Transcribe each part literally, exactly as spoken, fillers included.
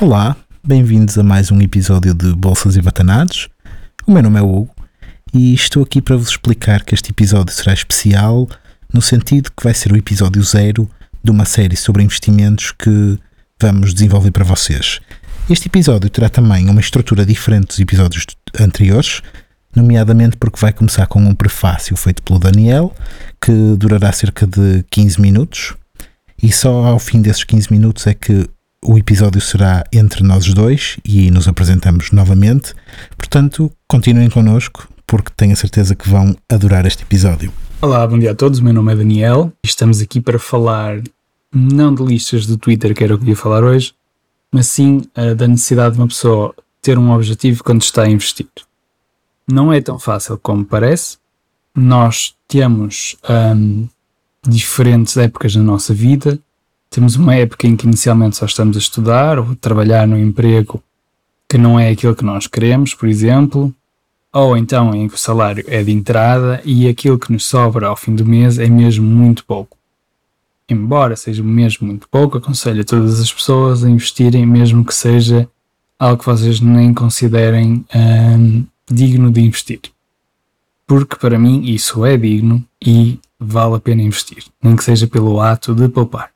Olá, bem-vindos a mais um episódio de Bolsas e Batanados. O meu nome é Hugo e estou aqui para vos explicar que este episódio será especial no sentido que vai ser o episódio zero de uma série sobre investimentos que vamos desenvolver para vocês. Este episódio terá também uma estrutura diferente dos episódios anteriores, nomeadamente porque vai começar com um prefácio feito pelo Daniel, que durará cerca de quinze minutos, e só ao fim desses quinze minutos é que o episódio será entre nós dois e nos apresentamos novamente. Portanto, continuem connosco porque tenho a certeza que vão adorar este episódio. Olá, bom dia a todos, o meu nome é Daniel e estamos aqui para falar não de listas do Twitter, que era o que eu ia falar hoje, mas sim uh, da necessidade de uma pessoa ter um objetivo quando está a investir. Não é tão fácil como parece. Nós temos um, diferentes épocas na nossa vida. Temos uma época em que inicialmente só estamos a estudar ou a trabalhar num emprego que não é aquilo que nós queremos, por exemplo, ou então em que o salário é de entrada e aquilo que nos sobra ao fim do mês é mesmo muito pouco. Embora seja mesmo muito pouco, aconselho a todas as pessoas a investirem, mesmo que seja algo que vocês nem considerem hum, digno de investir. Porque para mim isso é digno e vale a pena investir, nem que seja pelo ato de poupar.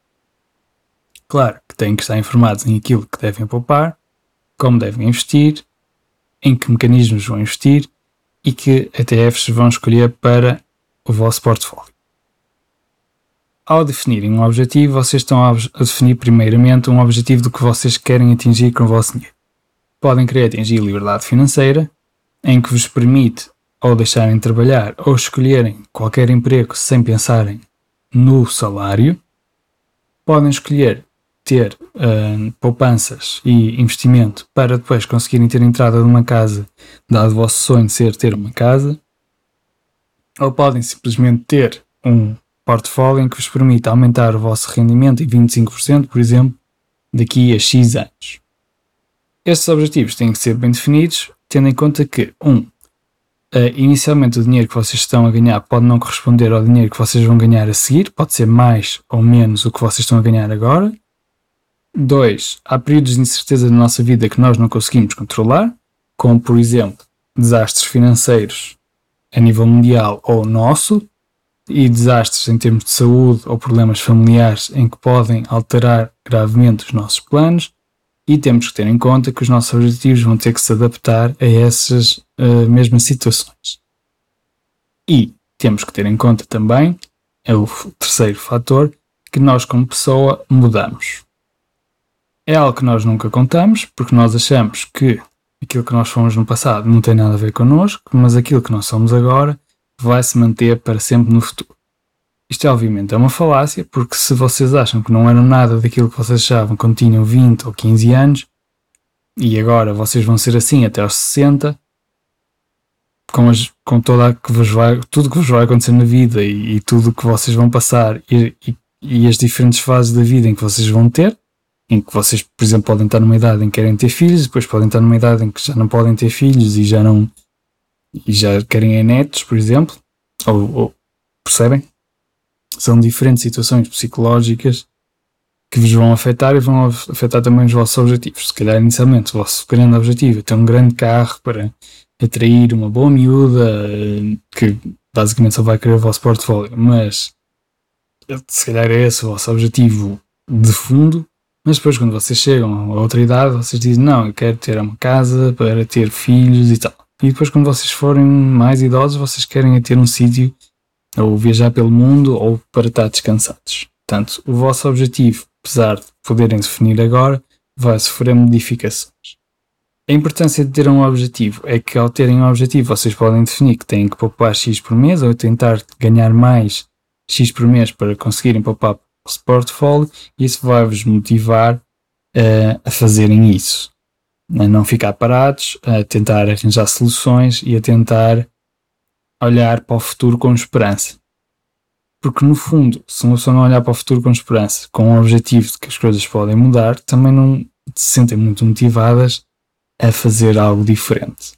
Claro que têm que estar informados em aquilo que devem poupar, como devem investir, em que mecanismos vão investir e que E T Fs vão escolher para o vosso portfólio. Ao definirem um objetivo, vocês estão a definir primeiramente um objetivo do que vocês querem atingir com o vosso dinheiro. Podem querer atingir liberdade financeira, em que vos permite ou deixarem de trabalhar ou escolherem qualquer emprego sem pensarem no salário. Podem escolher ter uh, poupanças e investimento para depois conseguirem ter entrada numa casa, dado o vosso sonho de ser ter uma casa. Ou podem simplesmente ter um portfólio em que vos permite aumentar o vosso rendimento em vinte e cinco por cento, por exemplo, daqui a X anos. Estes objetivos têm que ser bem definidos, tendo em conta que, um, Uh, inicialmente o dinheiro que vocês estão a ganhar pode não corresponder ao dinheiro que vocês vão ganhar a seguir, pode ser mais ou menos o que vocês estão a ganhar agora. Dois, há períodos de incerteza na nossa vida que nós não conseguimos controlar, como por exemplo desastres financeiros a nível mundial ou nosso, e desastres em termos de saúde ou problemas familiares em que podem alterar gravemente os nossos planos. E temos que ter em conta que os nossos objetivos vão ter que se adaptar a essas uh, mesmas situações. E temos que ter em conta também, é o terceiro fator, que nós como pessoa mudamos. É algo que nós nunca contamos, porque nós achamos que aquilo que nós fomos no passado não tem nada a ver connosco, mas aquilo que nós somos agora vai se manter para sempre no futuro. Isto obviamente é uma falácia, porque se vocês acham que não eram nada daquilo que vocês achavam quando tinham vinte ou quinze anos, e agora vocês vão ser assim até aos sessenta, com, as, com toda a que vos vai, tudo que vos vai acontecer na vida e, e tudo que vocês vão passar e, e, e as diferentes fases da vida em que vocês vão ter, em que vocês, por exemplo, podem estar numa idade em que querem ter filhos, depois podem estar numa idade em que já não podem ter filhos e já não e já querem netos, por exemplo, ou, ou percebem? São diferentes situações psicológicas que vos vão afetar e vão afetar também os vossos objetivos. Se calhar inicialmente o vosso grande objetivo é ter um grande carro para atrair uma boa miúda que basicamente só vai querer o vosso portfólio, mas se calhar é esse o vosso objetivo de fundo, mas depois quando vocês chegam a outra idade vocês dizem não, eu quero ter uma casa para ter filhos e tal. E depois quando vocês forem mais idosos vocês querem ter um sítio ou viajar pelo mundo, ou para estar descansados. Portanto, o vosso objetivo, apesar de poderem definir agora, vai sofrer modificações. A importância de ter um objetivo é que ao terem um objetivo vocês podem definir que têm que poupar X por mês ou tentar ganhar mais X por mês para conseguirem poupar o vosso portfólio, e isso vai-vos motivar uh, a fazerem isso. A não ficar parados, a tentar arranjar soluções e a tentar olhar para o futuro com esperança. Porque no fundo, se uma pessoa não olhar para o futuro com esperança, com o objetivo de que as coisas podem mudar, também não se sentem muito motivadas a fazer algo diferente.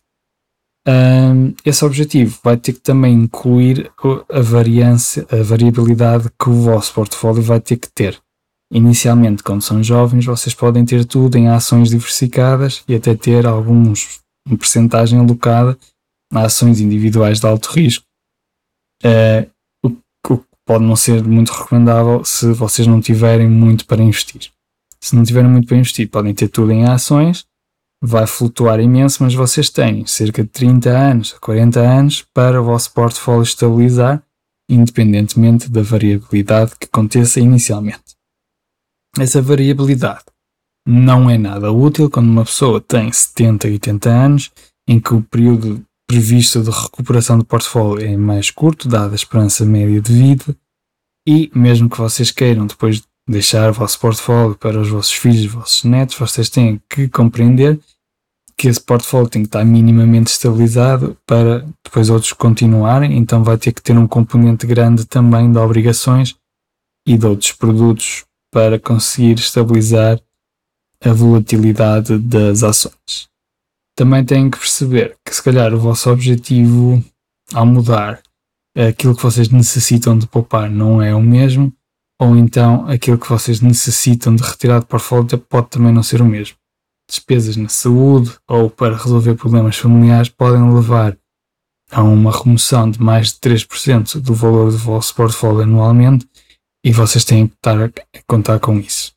Um, esse objetivo vai ter que também incluir a variância, a variabilidade que o vosso portfólio vai ter que ter. Inicialmente, quando são jovens, vocês podem ter tudo em ações diversificadas e até ter alguns, uma percentagem alocada a ações individuais de alto risco, uh, o que pode não ser muito recomendável se vocês não tiverem muito para investir. Se não tiverem muito para investir, podem ter tudo em ações, vai flutuar imenso, mas vocês têm cerca de trinta anos a quarenta anos para o vosso portfólio estabilizar, independentemente da variabilidade que aconteça inicialmente. Essa variabilidade não é nada útil quando uma pessoa tem setenta, oitenta anos, em que o período previsto de recuperação do portfólio é mais curto, dada a esperança média de vida, e mesmo que vocês queiram depois deixar o vosso portfólio para os vossos filhos, os vossos netos, vocês têm que compreender que esse portfólio tem que estar minimamente estabilizado para depois outros continuarem, então vai ter que ter um componente grande também de obrigações e de outros produtos para conseguir estabilizar a volatilidade das ações. Também têm que perceber que se calhar o vosso objetivo ao mudar, aquilo que vocês necessitam de poupar não é o mesmo, ou então aquilo que vocês necessitam de retirar do portfólio pode também não ser o mesmo. Despesas na saúde ou para resolver problemas familiares podem levar a uma remoção de mais de três por cento do valor do vosso portfólio anualmente e vocês têm que estar a contar com isso.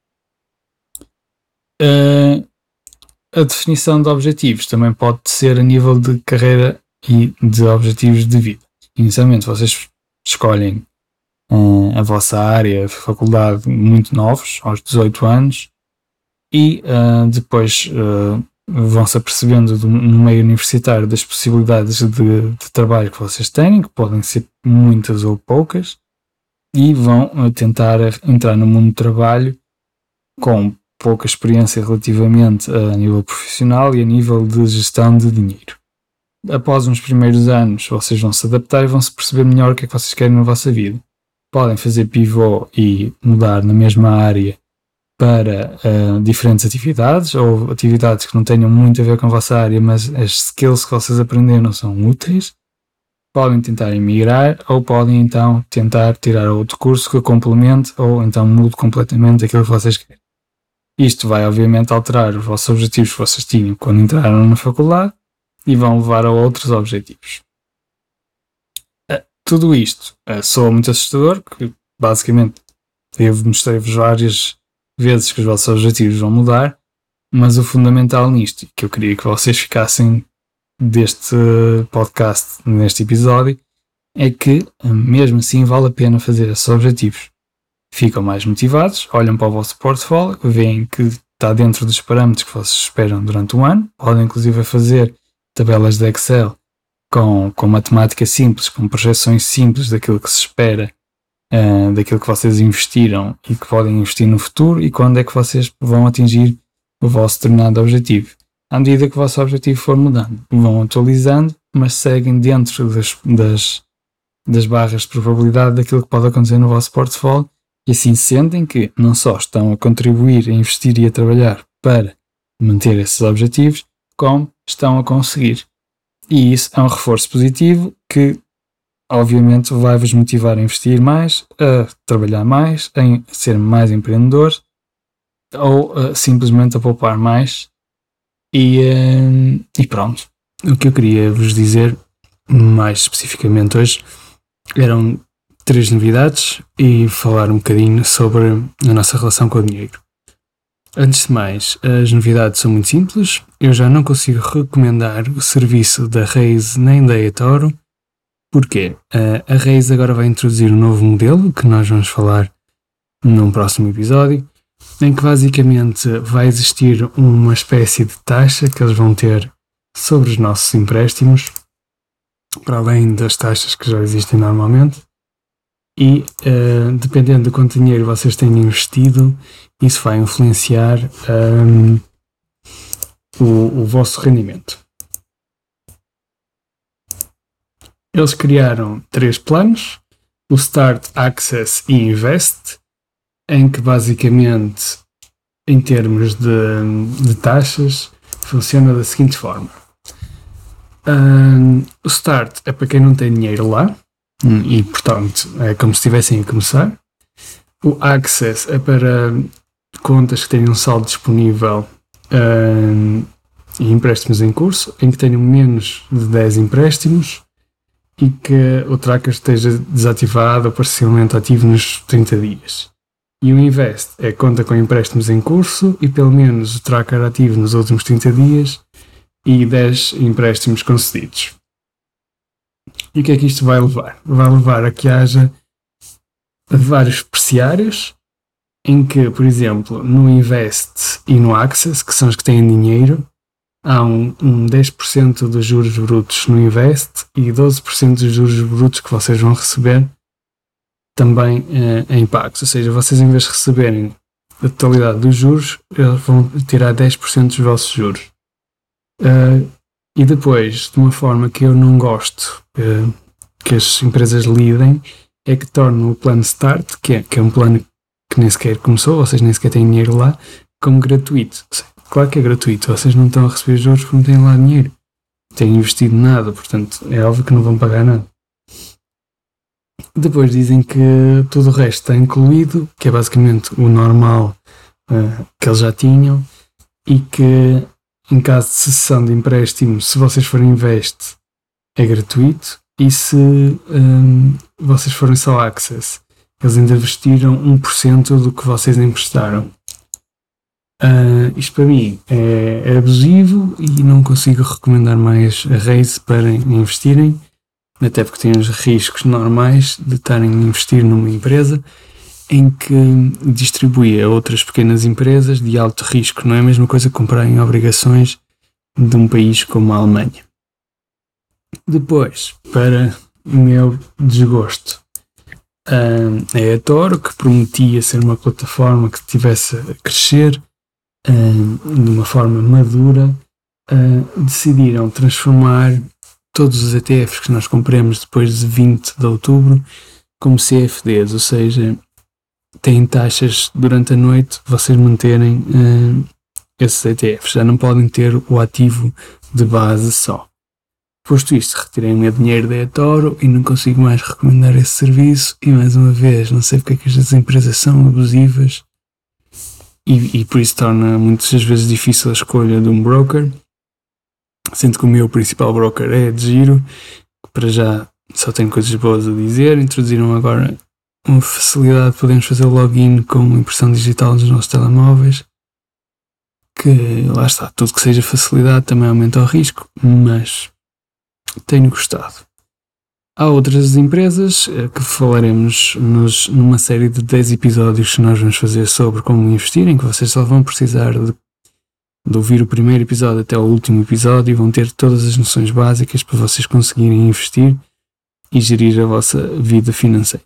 Uh, a definição de objetivos também pode ser a nível de carreira e de objetivos de vida. Inicialmente vocês escolhem uh, a vossa área de faculdade muito novos, aos dezoito anos, e uh, depois uh, vão-se apercebendo do, no meio universitário das possibilidades de, de trabalho que vocês têm, que podem ser muitas ou poucas, e vão uh, tentar entrar no mundo do trabalho com pouca experiência relativamente a nível profissional e a nível de gestão de dinheiro. Após uns primeiros anos, vocês vão se adaptar e vão se perceber melhor o que é que vocês querem na vossa vida. Podem fazer pivô e mudar na mesma área para uh, diferentes atividades, ou atividades que não tenham muito a ver com a vossa área, mas as skills que vocês aprenderam são úteis. Podem tentar emigrar, ou podem então tentar tirar outro curso que complemente, ou então mude completamente aquilo que vocês querem. Isto vai obviamente alterar os vossos objetivos que vocês tinham quando entraram na faculdade e vão levar a outros objetivos. Uh, tudo isto uh, soa muito assustador, porque basicamente eu mostrei-vos várias vezes que os vossos objetivos vão mudar, mas o fundamental nisto, que eu queria que vocês ficassem deste podcast, neste episódio, é que mesmo assim vale a pena fazer esses objetivos. Ficam mais motivados, olham para o vosso portfólio, veem que está dentro dos parâmetros que vocês esperam durante um ano, podem inclusive fazer tabelas de Excel com, com matemática simples, com projeções simples daquilo que se espera, uh, daquilo que vocês investiram e que podem investir no futuro e quando é que vocês vão atingir o vosso determinado objetivo. À medida que o vosso objetivo for mudando, vão atualizando, mas seguem dentro das, das, das barras de probabilidade daquilo que pode acontecer no vosso portfólio e assim sentem que não só estão a contribuir, a investir e a trabalhar para manter esses objetivos, como estão a conseguir. E isso é um reforço positivo que obviamente vai-vos motivar a investir mais, a trabalhar mais, a ser mais empreendedores ou a, simplesmente a poupar mais. E, uh, e pronto, o que eu queria vos dizer mais especificamente hoje eram três novidades e falar um bocadinho sobre a nossa relação com o dinheiro. Antes de mais, as novidades são muito simples. Eu já não consigo recomendar o serviço da Raise nem da eToro. Porquê? Uh, a Raise agora vai introduzir um novo modelo que nós vamos falar num próximo episódio, em que basicamente vai existir uma espécie de taxa que eles vão ter sobre os nossos empréstimos, para além das taxas que já existem normalmente, e uh, dependendo de quanto dinheiro vocês têm investido, isso vai influenciar um, o, o vosso rendimento. Eles criaram três planos, o Start, Access e Invest, em que basicamente, em termos de, de taxas, funciona da seguinte forma. Um, o Start é para quem não tem dinheiro lá, e portanto é como se estivessem a começar. O Access é para contas que tenham saldo disponível uh, e empréstimos em curso, em que tenham menos de dez empréstimos e que o tracker esteja desativado ou parcialmente ativo nos trinta dias. E o Invest é conta com empréstimos em curso e pelo menos o tracker ativo nos últimos trinta dias e dez empréstimos concedidos. E o que é que isto vai levar? Vai levar a que haja vários preciários em que, por exemplo, no Invest e no Access, que são os que têm dinheiro, há um, um dez por cento dos juros brutos no Invest e doze por cento dos juros brutos que vocês vão receber também eh, em pagos. Ou seja, vocês, em vez de receberem a totalidade dos juros, eles vão tirar dez por cento dos vossos juros. Uh, e depois, de uma forma que eu não gosto uh, que as empresas lidem, é que tornam o plano Start, que é, que é um plano que nem sequer começou, vocês nem sequer têm dinheiro lá, como gratuito. Claro que é gratuito, vocês não estão a receber juros porque não têm lá dinheiro, não têm investido nada, portanto é óbvio que não vão pagar nada. Depois dizem que tudo o resto está incluído, que é basicamente o normal uh, que eles já tinham, e que em caso de cessão de empréstimo, se vocês forem Invest, é gratuito, e se um, vocês forem só Access, eles ainda investiram um por cento do que vocês emprestaram. Uh, isto para mim é, é abusivo e não consigo recomendar mais a Raise para investirem, até porque tem os riscos normais de estarem a investir numa empresa em que distribui a outras pequenas empresas de alto risco. Não é a mesma coisa que comprarem obrigações de um país como a Alemanha. Depois, para o meu desgosto, é a eToro, que prometia ser uma plataforma que estivesse a crescer de uma forma madura, decidiram transformar todos os E T Fs que nós compramos depois de vinte de outubro como C F Ds, ou seja, têm taxas durante a noite vocês manterem uh, esses E T Fs, já não podem ter o ativo de base só. Posto isto, retirei o meu dinheiro da eToro e não consigo mais recomendar esse serviço, e mais uma vez, não sei porque é que estas empresas são abusivas e, e por isso torna muitas vezes difícil a escolha de um broker, sendo que o meu principal broker é de Giro, que para já só tem coisas boas a dizer. Introduziram agora uma facilidade de podermos fazer o login com impressão digital nos nossos telemóveis, que lá está, tudo que seja facilidade também aumenta o risco, mas tenho gostado. Há outras empresas que falaremos nos, numa série de dez episódios que nós vamos fazer sobre como investir, em que vocês só vão precisar de, de ouvir o primeiro episódio até o último episódio e vão ter todas as noções básicas para vocês conseguirem investir e gerir a vossa vida financeira.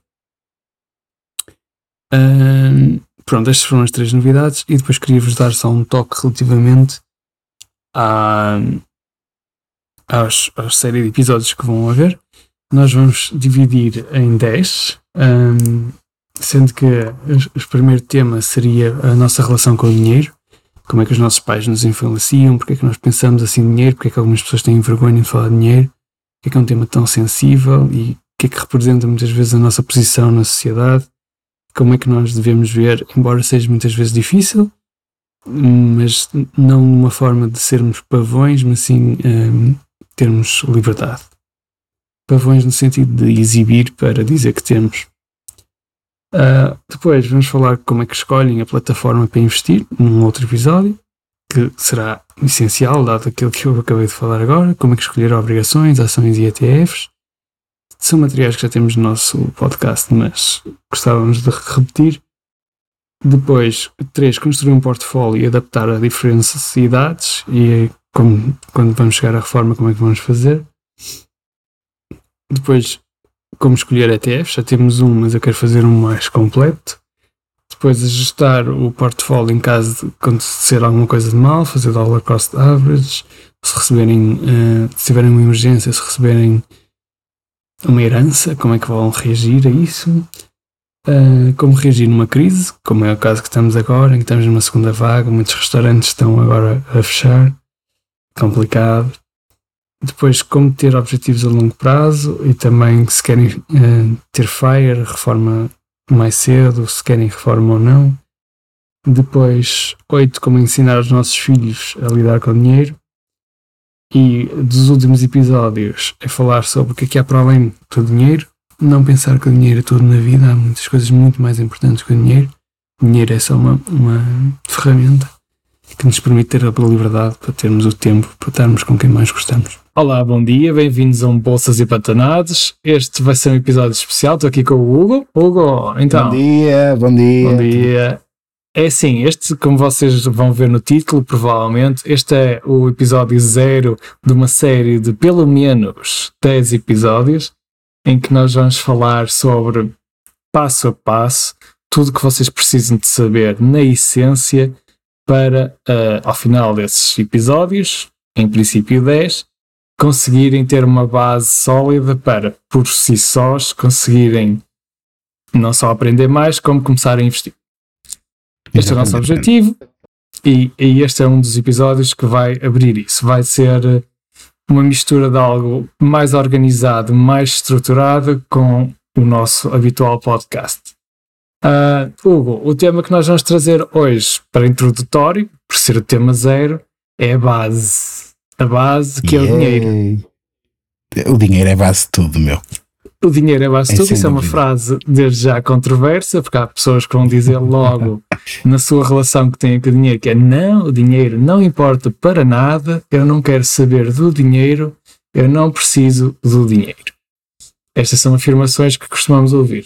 Um, pronto, estas foram as três novidades, e depois queria-vos dar só um toque relativamente à, aos, aos série de episódios que vão haver. Nós vamos dividir em dez, um, sendo que o primeiro tema seria a nossa relação com o dinheiro, como é que os nossos pais nos influenciam, porque é que nós pensamos assim em dinheiro, porque é que algumas pessoas têm vergonha de falar de dinheiro, porque é que é um tema tão sensível e o que é que representa muitas vezes a nossa posição na sociedade. Como é que nós devemos ver, embora seja muitas vezes difícil, mas não uma forma de sermos pavões, mas sim um, termos liberdade. Pavões no sentido de exibir para dizer que temos. Uh, depois vamos falar como é que escolhem a plataforma para investir, num outro episódio, que será essencial, dado aquilo que eu acabei de falar agora, como é que escolher obrigações, ações e E T Fs. São materiais que já temos no nosso podcast, mas gostávamos de repetir. Depois, três, construir um portfólio e adaptar a diferentes idades, e como, quando vamos chegar à reforma, como é que vamos fazer. Depois, como escolher E T Fs, já temos um, mas eu quero fazer um mais completo. Depois, ajustar o portfólio em caso de acontecer alguma coisa de mal, fazer dollar cost average, se receberem, uh, se tiverem uma emergência, se receberem uma herança, como é que vão reagir a isso, uh, como reagir numa crise, como é o caso que estamos agora, em que estamos numa segunda vaga, muitos restaurantes estão agora a fechar, complicado. Depois, como ter objetivos a longo prazo, e também se querem uh, ter FIRE, reforma mais cedo, se querem reforma ou não. Depois, oito, como ensinar os nossos filhos a lidar com o dinheiro. E dos últimos episódios é falar sobre o que é que há para além do dinheiro. Não pensar que o dinheiro é tudo na vida. Há muitas coisas muito mais importantes que o dinheiro. O dinheiro é só uma, uma ferramenta que nos permite ter a liberdade para termos o tempo para estarmos com quem mais gostamos. Olá, bom dia, bem-vindos a um Bolsas e Patanados. Este vai ser um episódio especial. Estou aqui com o Hugo. Hugo, então. Bom dia, bom dia. Bom dia. É assim, este, como vocês vão ver no título, provavelmente, este é o episódio zero de uma série de pelo menos dez episódios em que nós vamos falar sobre, passo a passo, tudo o que vocês precisam de saber na essência para, uh, ao final desses episódios, em princípio dez, conseguirem ter uma base sólida para, por si sós, conseguirem não só aprender mais, como começar a investir. Este é o nosso objetivo e, e este é um dos episódios que vai abrir isso. Vai ser uma mistura de algo mais organizado, mais estruturado com o nosso habitual podcast. Uh, Hugo, o tema que nós vamos trazer hoje para introdutório, por ser o tema zero, é a base. A base que yeah. é o dinheiro. O dinheiro é a base de tudo, meu. O dinheiro é a base de tudo. Isso é uma frase desde já controversa, porque há pessoas que vão dizer logo na sua relação que têm com o dinheiro que é não, o dinheiro não importa para nada, eu não quero saber do dinheiro, eu não preciso do dinheiro. Estas são afirmações que costumamos ouvir.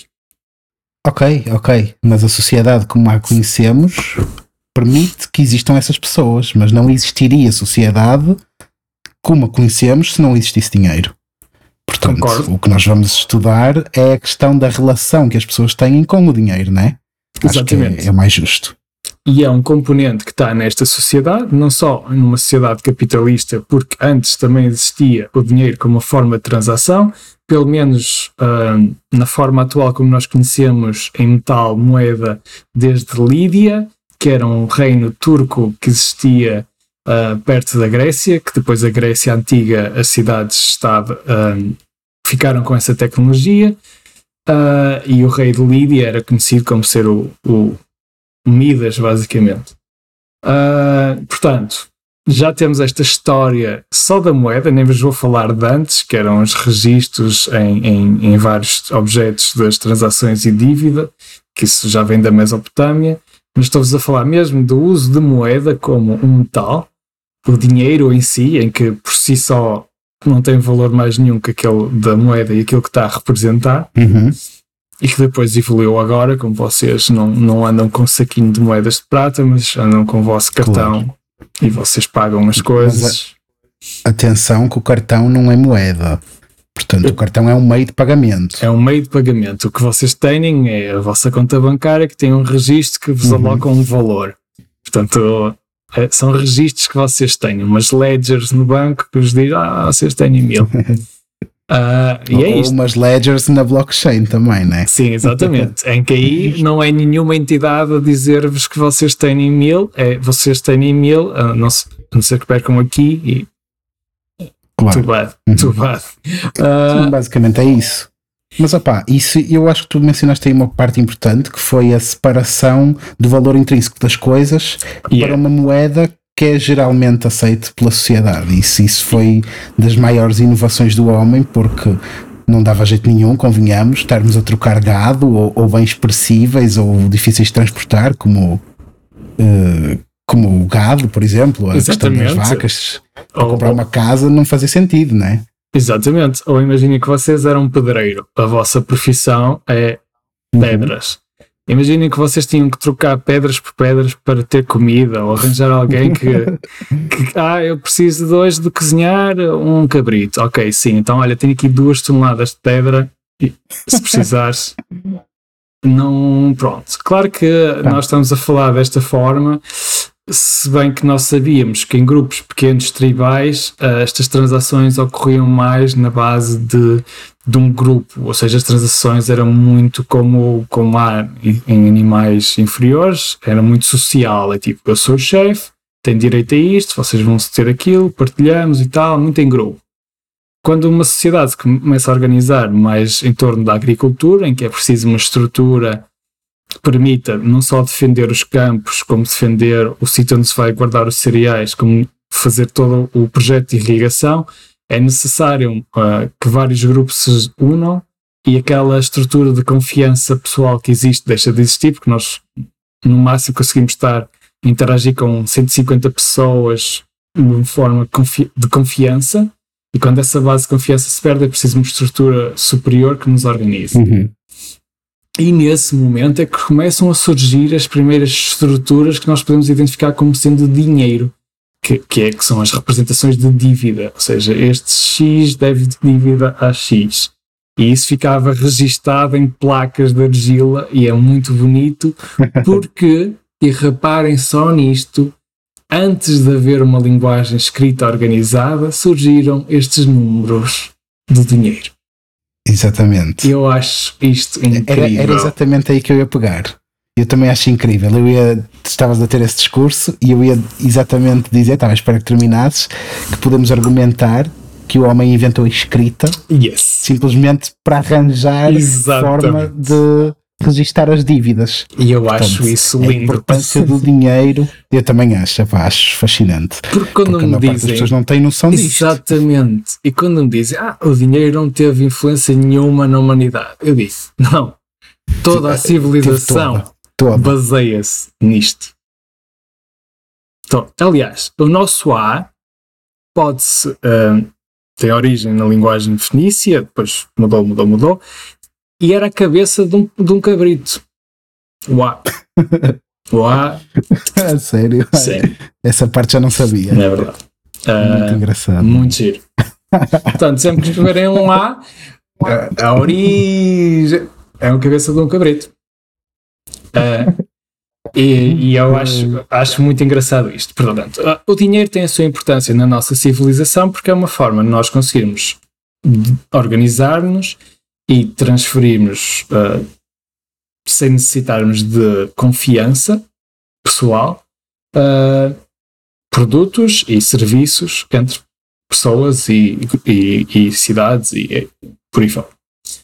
Ok, ok, mas a sociedade como a conhecemos permite que existam essas pessoas, mas não existiria sociedade como a conhecemos se não existisse dinheiro. Portanto, Concordo. O que nós vamos estudar é a questão da relação que as pessoas têm com o dinheiro, não é? Exatamente. Acho que é, é mais justo. E é um componente que está nesta sociedade, não só numa sociedade capitalista, porque antes também existia o dinheiro como uma forma de transação, pelo menos uh, na forma atual como nós conhecemos em metal, moeda, desde Lídia, que era um reino turco que existia uh, perto da Grécia, que depois a Grécia Antiga, as cidades-estado, uh, ficaram com essa tecnologia, uh, e o rei de Lídia era conhecido como ser o, o Midas, basicamente. Uh, portanto, já temos esta história só da moeda, nem vos vou falar de antes, que eram os registros em, em, em vários objetos das transações e dívida, que isso já vem da Mesopotâmia, mas estou-vos a falar mesmo do uso de moeda como um metal, o dinheiro em si, em que por si só não tem valor mais nenhum que aquele da moeda e aquilo que está a representar. Uhum. E que depois evoluiu agora, como vocês não, não andam com um saquinho de moedas de prata, mas andam com o vosso cartão, claro. E vocês pagam as coisas. A, atenção que o cartão não é moeda. Portanto, o cartão é um meio de pagamento. É um meio de pagamento. O que vocês têm é a vossa conta bancária que tem um registro que vos uhum. aloca um valor. Portanto, é, são registros que vocês têm, umas ledgers no banco que vos dizem, ah, vocês têm mil. Uh, e é Ou isto. umas ledgers na blockchain também, não é? Sim, exatamente. Em que aí não é nenhuma entidade a dizer-vos que vocês têm em mil, é vocês têm em mil, a não, a não ser que percam aqui e. Claro. Too bad. Too bad. Uh, Sim, basicamente é isso. Mas opá, isso eu acho que tu mencionaste aí uma parte importante que foi a separação do valor intrínseco das coisas yeah. para uma moeda que é geralmente aceito pela sociedade. Isso, isso foi das maiores inovações do homem, porque não dava jeito nenhum, convenhamos, estarmos a trocar gado ou, ou bens perecíveis ou difíceis de transportar, como, uh, como o gado, por exemplo, a Exatamente. questão das vacas, para comprar uma casa não fazia sentido, não é? Exatamente. Ou imaginem que vocês eram pedreiro, a vossa profissão é pedras. Uhum. Imaginem que vocês tinham que trocar pedras por pedras para ter comida ou arranjar alguém que, que ah, eu preciso de hoje de cozinhar um cabrito. Ok, sim, então olha, tenho aqui duas toneladas de pedra e se precisares, não, pronto. Claro que tá. Nós estamos a falar desta forma, se bem que nós sabíamos que em grupos pequenos tribais uh, estas transações ocorriam mais na base de, de um grupo, ou seja, as transações eram muito como, como há em animais inferiores, era muito social, é tipo, eu sou o chefe, tenho direito a isto, vocês vão ter aquilo, partilhamos e tal, muito em grupo. quando uma sociedade se começa a organizar mais em torno da agricultura, em que é preciso uma estrutura que permita não só defender os campos, como defender o sítio onde se vai guardar os cereais, como fazer todo o projeto de irrigação, é necessário uh, que vários grupos se unam e aquela estrutura de confiança pessoal que existe deixa de existir, porque nós no máximo conseguimos estar a interagir com cento e cinquenta pessoas de uma forma confi- de confiança, e quando essa base de confiança se perde é preciso uma estrutura superior que nos organize. Uhum. E nesse momento é que começam a surgir as primeiras estruturas que nós podemos identificar como sendo dinheiro, que, que, é, que são as representações de dívida, ou seja, este X deve dívida a X. E isso ficava registado em placas de argila e é muito bonito porque, e reparem só nisto, antes de haver uma linguagem escrita organizada, surgiram estes números do dinheiro. Exatamente. Eu acho isto incrível. Era, era exatamente aí que eu ia pegar. Eu também acho incrível. Eu ia, estavas a ter esse discurso e eu ia exatamente dizer, estava a esperar que terminasses, que podemos argumentar que o homem inventou a escrita yes. simplesmente para arranjar exatamente. forma de registar as dívidas. E eu Portanto, acho isso lindo. A importância do dinheiro, eu também acho, acho fascinante. Porque quando porque me a dizem, as pessoas não têm noção disto. Exatamente. E quando me dizem, ah, o dinheiro não teve influência nenhuma na humanidade, eu disse, não. Toda a civilização toda, toda. baseia-se nisto. Então, aliás, o nosso A pode-se, uh, tem origem na linguagem fenícia, depois mudou, mudou, mudou, e era a cabeça de um, de um cabrito. O A. O A. Ah, sério? Sério. Essa parte já não sabia. É verdade. Muito uh, engraçado. Muito giro. Portanto, sempre que escreverem um A, a, a origem é a cabeça de um cabrito. Uh, e, e eu acho, acho muito engraçado isto. Portanto, o dinheiro tem a sua importância na nossa civilização porque é uma forma de nós conseguirmos organizar-nos e transferirmos uh, sem necessitarmos de confiança pessoal uh, produtos e serviços entre pessoas e, e, e cidades e, e por aí fora.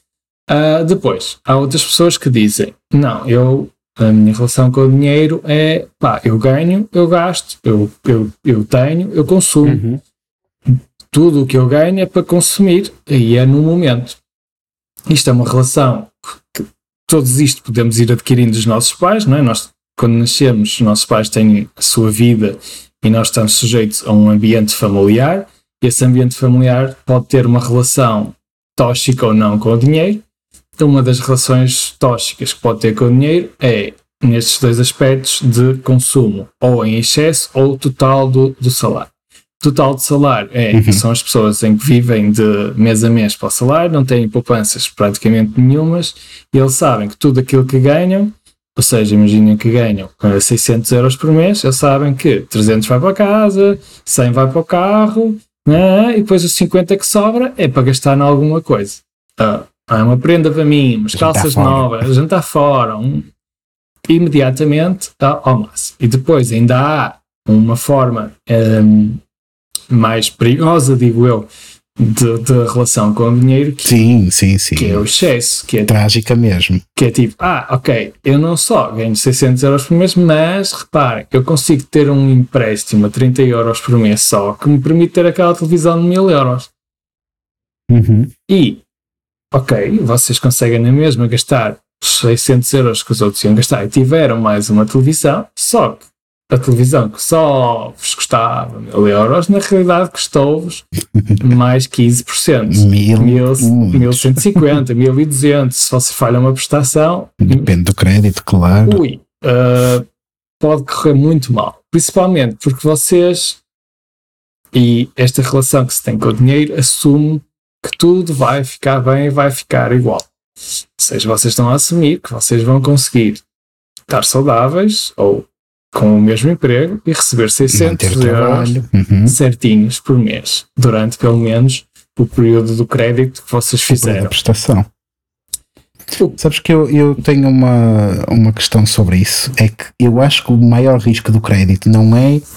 Uh, depois, há outras pessoas que dizem, não, eu a minha relação com o dinheiro é, pá, eu ganho, eu gasto, eu, eu, eu tenho, eu consumo. Uhum. Tudo o que eu ganho é para consumir, e é no momento. Isto é uma relação que todos isto podemos ir adquirindo dos nossos pais, não é? Nós, quando nascemos, os nossos pais têm a sua vida e nós estamos sujeitos a um ambiente familiar, e esse ambiente familiar pode ter uma relação tóxica ou não com o dinheiro. Então, uma das relações tóxicas que pode ter com o dinheiro é nestes dois aspectos de consumo, ou em excesso ou total do, do salário. Total de salário é, uhum. são as pessoas em que vivem de mês a mês para o salário, não têm poupanças praticamente nenhumas, e eles sabem que tudo aquilo que ganham, ou seja, imaginem que ganham seiscentos euros por mês, eles sabem que trezentos vai para a casa, cem vai para o carro, né? E depois os cinquenta que sobra é para gastar em alguma coisa. Ah, ah, uma prenda para mim, umas calças novas, jantar fora, um, imediatamente ah, ao máximo. E depois ainda há uma forma um, mais perigosa, digo eu, de, de relação com o dinheiro, que, sim, sim, sim. que é o excesso, que é trágica mesmo. Que é tipo, ah, ok, eu não só ganho seiscentos euros por mês, mas reparem, eu consigo ter um empréstimo a trinta euros por mês só, que me permite ter aquela televisão de mil euros. Uhum. E, ok, vocês conseguem na mesma gastar seiscentos euros que os outros iam gastar e tiveram mais uma televisão, só que a televisão que só vos custava mil euros, na realidade custou-vos mais quinze por cento. Mil, mil cento e cinquenta, mil e duzentos. Se você falha uma prestação... Depende do crédito, claro. Ui, uh, pode correr muito mal. Principalmente porque vocês, e esta relação que se tem com o dinheiro, assume que tudo vai ficar bem e vai ficar igual. Ou seja, vocês estão a assumir que vocês vão conseguir estar saudáveis ou com o mesmo emprego e receber seiscentos euros uhum. certinhos por mês, durante pelo menos o período do crédito que vocês fizeram. A prestação. Uh. Sabes que eu, eu tenho uma, uma questão sobre isso, é que eu acho que o maior risco do crédito não é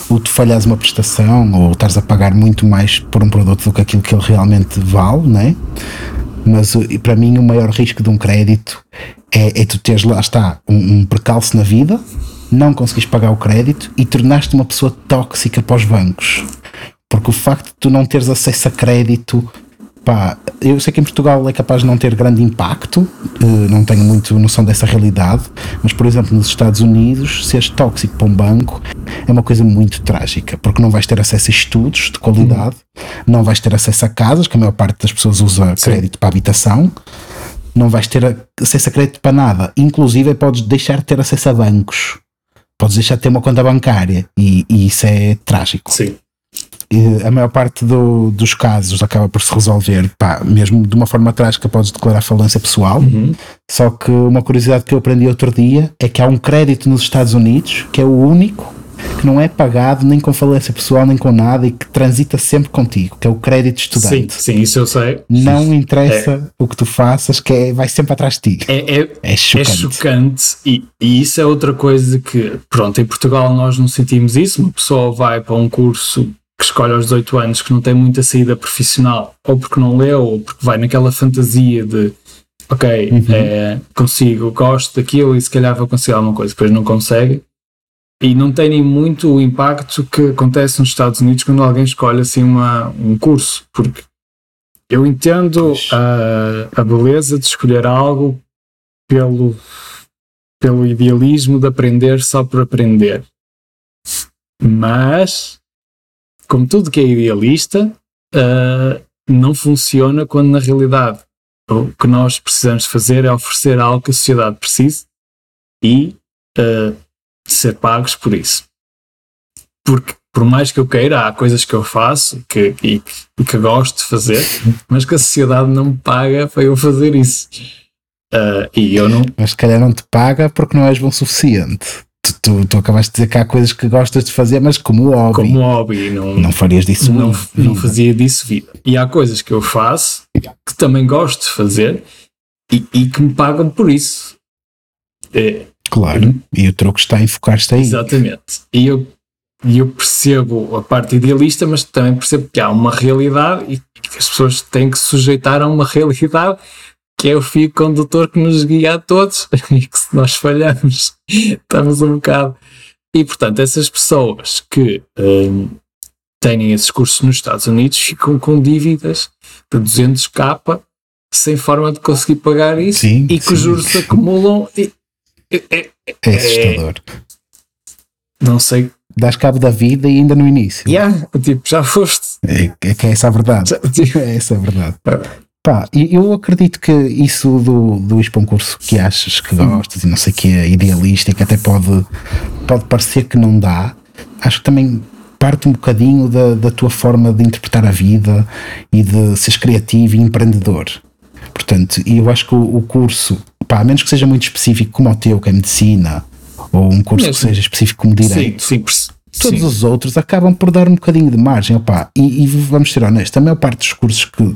o tu falhas uma prestação ou estás a pagar muito mais por um produto do que aquilo que ele realmente vale, né? Mas para mim o maior risco de um crédito é, é tu teres, lá está, um, um percalço na vida, não conseguires pagar o crédito e tornaste uma pessoa tóxica para os bancos, porque o facto de tu não teres acesso a crédito, pá, eu sei que em Portugal é capaz de não ter grande impacto, não tenho muito noção dessa realidade, mas por exemplo nos Estados Unidos, seres tóxico para um banco é uma coisa muito trágica, porque não vais ter acesso a estudos de qualidade, uhum. não vais ter acesso a casas, que a maior parte das pessoas usa Sim. crédito para habitação, não vais ter acesso a crédito para nada, inclusive podes deixar de ter acesso a bancos, podes deixar de ter uma conta bancária e, e isso é trágico. Sim. A maior parte do, dos casos acaba por se resolver, pá, mesmo de uma forma trágica podes declarar falência pessoal, uhum. só que uma curiosidade que eu aprendi outro dia é que há um crédito nos Estados Unidos que é o único que não é pagado nem com falência pessoal nem com nada e que transita sempre contigo, que é o crédito estudante. Sim, sim, isso eu sei. Não interessa é. o que tu faças, que é, vai sempre atrás de ti. É, é, é chocante. É chocante e, e isso é outra coisa que, pronto, em Portugal nós não sentimos isso, uma pessoa vai para um curso que escolhe aos dezoito anos que não tem muita saída profissional, ou porque não leu, ou porque vai naquela fantasia de ok, uhum. é, consigo, gosto daquilo e se calhar vou conseguir alguma coisa, depois não consegue. E não tem nem muito o impacto que acontece nos Estados Unidos quando alguém escolhe assim uma, um curso, porque eu entendo a, a beleza de escolher algo pelo, pelo idealismo de aprender só por aprender, mas como tudo que é idealista uh, não funciona quando na realidade o que nós precisamos fazer é oferecer algo que a sociedade precise e uh, ser pagos por isso, porque por mais que eu queira, há coisas que eu faço que, e, e que gosto de fazer, mas que a sociedade não me paga para eu fazer isso, uh, e eu não... Mas se calhar não te paga porque não és bom o suficiente. Tu, tu, tu acabaste de dizer que há coisas que gostas de fazer, mas como hobby, como hobby não, não farias disso não, vida. não fazia disso vida, e há coisas que eu faço que também gosto de fazer e, e que me pagam por isso. É, claro, hum, e o troco está em focar-se aí. Exatamente, e eu, eu percebo a parte idealista, mas também percebo que há uma realidade e que as pessoas têm que se sujeitar a uma realidade que é o fio condutor que nos guia a todos e que se nós falhamos estamos um bocado... E portanto essas pessoas que hum, têm esses cursos nos Estados Unidos ficam com dívidas de duzentos mil sem forma de conseguir pagar isso. Sim, e que sim. os juros se acumulam e, é, é, é assustador. É, não sei. Dás cabo da vida e ainda no início. Yeah, tipo, já foste. É, é que é essa a verdade. Já, tipo, é essa a verdade. Pá, eu acredito que isso do, do ir para um curso que achas que gostas e não sei o que é idealista e que até pode, pode parecer que não dá, acho que também parte um bocadinho da, da tua forma de interpretar a vida e de seres criativo e empreendedor. Portanto, eu acho que o, o curso, pá, a menos que seja muito específico como o teu, que é medicina, ou um curso Mesmo. que seja específico como direito, sim, sim, todos sim. os outros acabam por dar um bocadinho de margem. Opá, e, e vamos ser honestos, a maior parte dos cursos que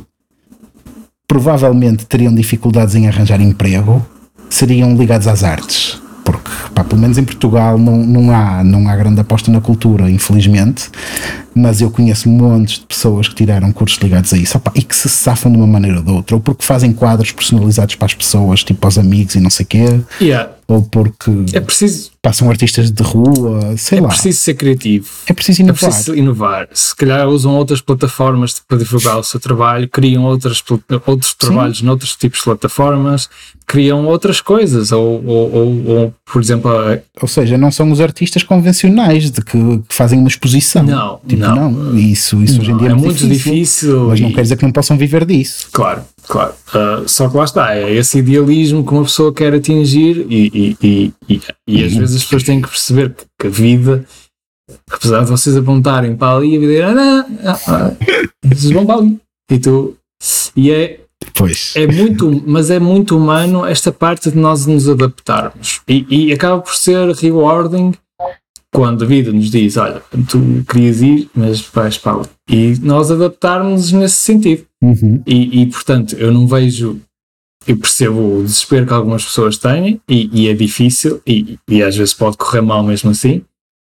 provavelmente teriam dificuldades em arranjar emprego seriam ligados às artes, porque pá, pelo menos em Portugal não, não, há, não há grande aposta na cultura, infelizmente, mas eu conheço montes de pessoas que tiraram cursos ligados a isso, opá, e que se safam de uma maneira ou de outra, ou porque fazem quadros personalizados para as pessoas, tipo aos amigos e não sei o quê, yeah. ou porque é preciso, passam artistas de rua, sei é lá. É preciso ser criativo. É preciso inovar. É preciso inovar. Se calhar usam outras plataformas para divulgar o seu trabalho, criam outras, outros trabalhos Sim. noutros tipos de plataformas, criam outras coisas, ou, ou, ou, ou por exemplo... A... Ou seja, não são os artistas convencionais de que, que fazem uma exposição. Não, tipo, não. não. Isso, isso não, hoje em dia é, é muito, muito difícil. difícil mas e... não quer dizer que não possam viver disso. Claro, claro. Uh, só que lá está, é esse idealismo que uma pessoa quer atingir e, e, e, e, e às uhum. vezes as pessoas têm que perceber que, que a vida, apesar de vocês apontarem para ali, a vida é ah, não, ah, vocês vão para ali. E tu... E é... Pois. É muito, mas é muito humano esta parte de nós nos adaptarmos e, e acaba por ser rewarding quando a vida nos diz, olha, tu querias ir, mas vais para ali, e nós adaptarmos nesse sentido. Uhum. e, e portanto eu não vejo, eu percebo o desespero que algumas pessoas têm e, e é difícil e, e às vezes pode correr mal mesmo assim,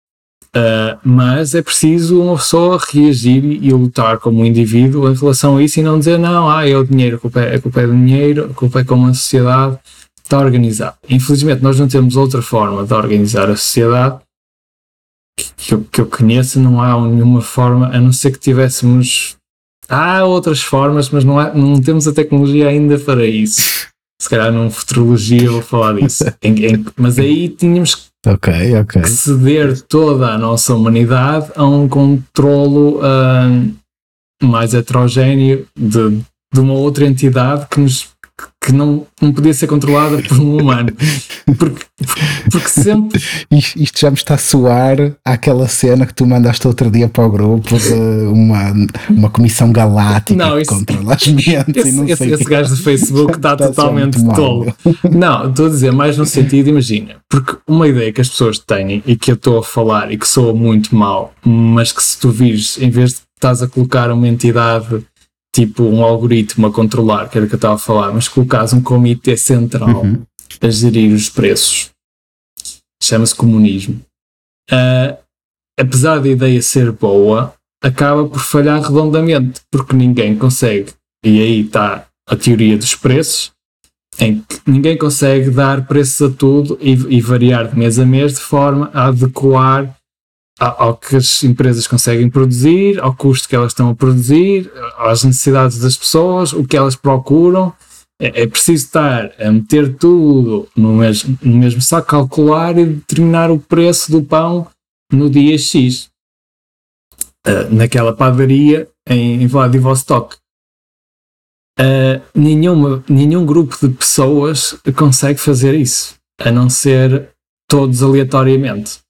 Uh, mas é preciso uma pessoa reagir e lutar como um indivíduo em relação a isso e não dizer não, ah, é o dinheiro, a culpa é, a culpa é do dinheiro, a culpa é como a sociedade está organizada. Infelizmente nós não temos outra forma de organizar a sociedade que eu, que eu conheça, não há nenhuma forma, a não ser que tivéssemos, há outras formas, mas não, há, não temos a tecnologia ainda para isso. Se calhar numa futurologia vou falar disso. em, em, mas aí tínhamos que Okay, okay. ceder toda a nossa humanidade a um controlo uh, mais heterogéneo de, de uma outra entidade que, nos, que não, não podia ser controlada por um humano. Porque, porque sempre... Isto, isto já me está a soar àquela cena que tu mandaste outro dia para o grupo de uma, uma comissão galáctica não, isso, que controla as mentes. Esse, e não esse, sei esse gajo do Facebook está, está totalmente tolo. Não, estou a dizer mais no sentido, imagina, porque uma ideia que as pessoas têm e que eu estou a falar e que soa muito mal, mas que se tu vires, em vez de estás a colocar uma entidade tipo um algoritmo a controlar, que era o que eu estava a falar, mas colocares um comitê central uhum. a gerir os preços, chama-se comunismo. Uh, apesar da ideia ser boa, acaba por falhar redondamente, porque ninguém consegue, e aí está a teoria dos preços, em que ninguém consegue dar preços a tudo e, e variar de mês a mês de forma a adequar ao que as empresas conseguem produzir, ao custo que elas estão a produzir, às necessidades das pessoas, o que elas procuram. É, é preciso estar a meter tudo no mesmo, no mesmo saco, calcular e determinar o preço do pão no dia X. Uh, naquela padaria em, em Vladivostok. Uh, nenhuma, nenhum grupo de pessoas consegue fazer isso, a não ser todos aleatoriamente.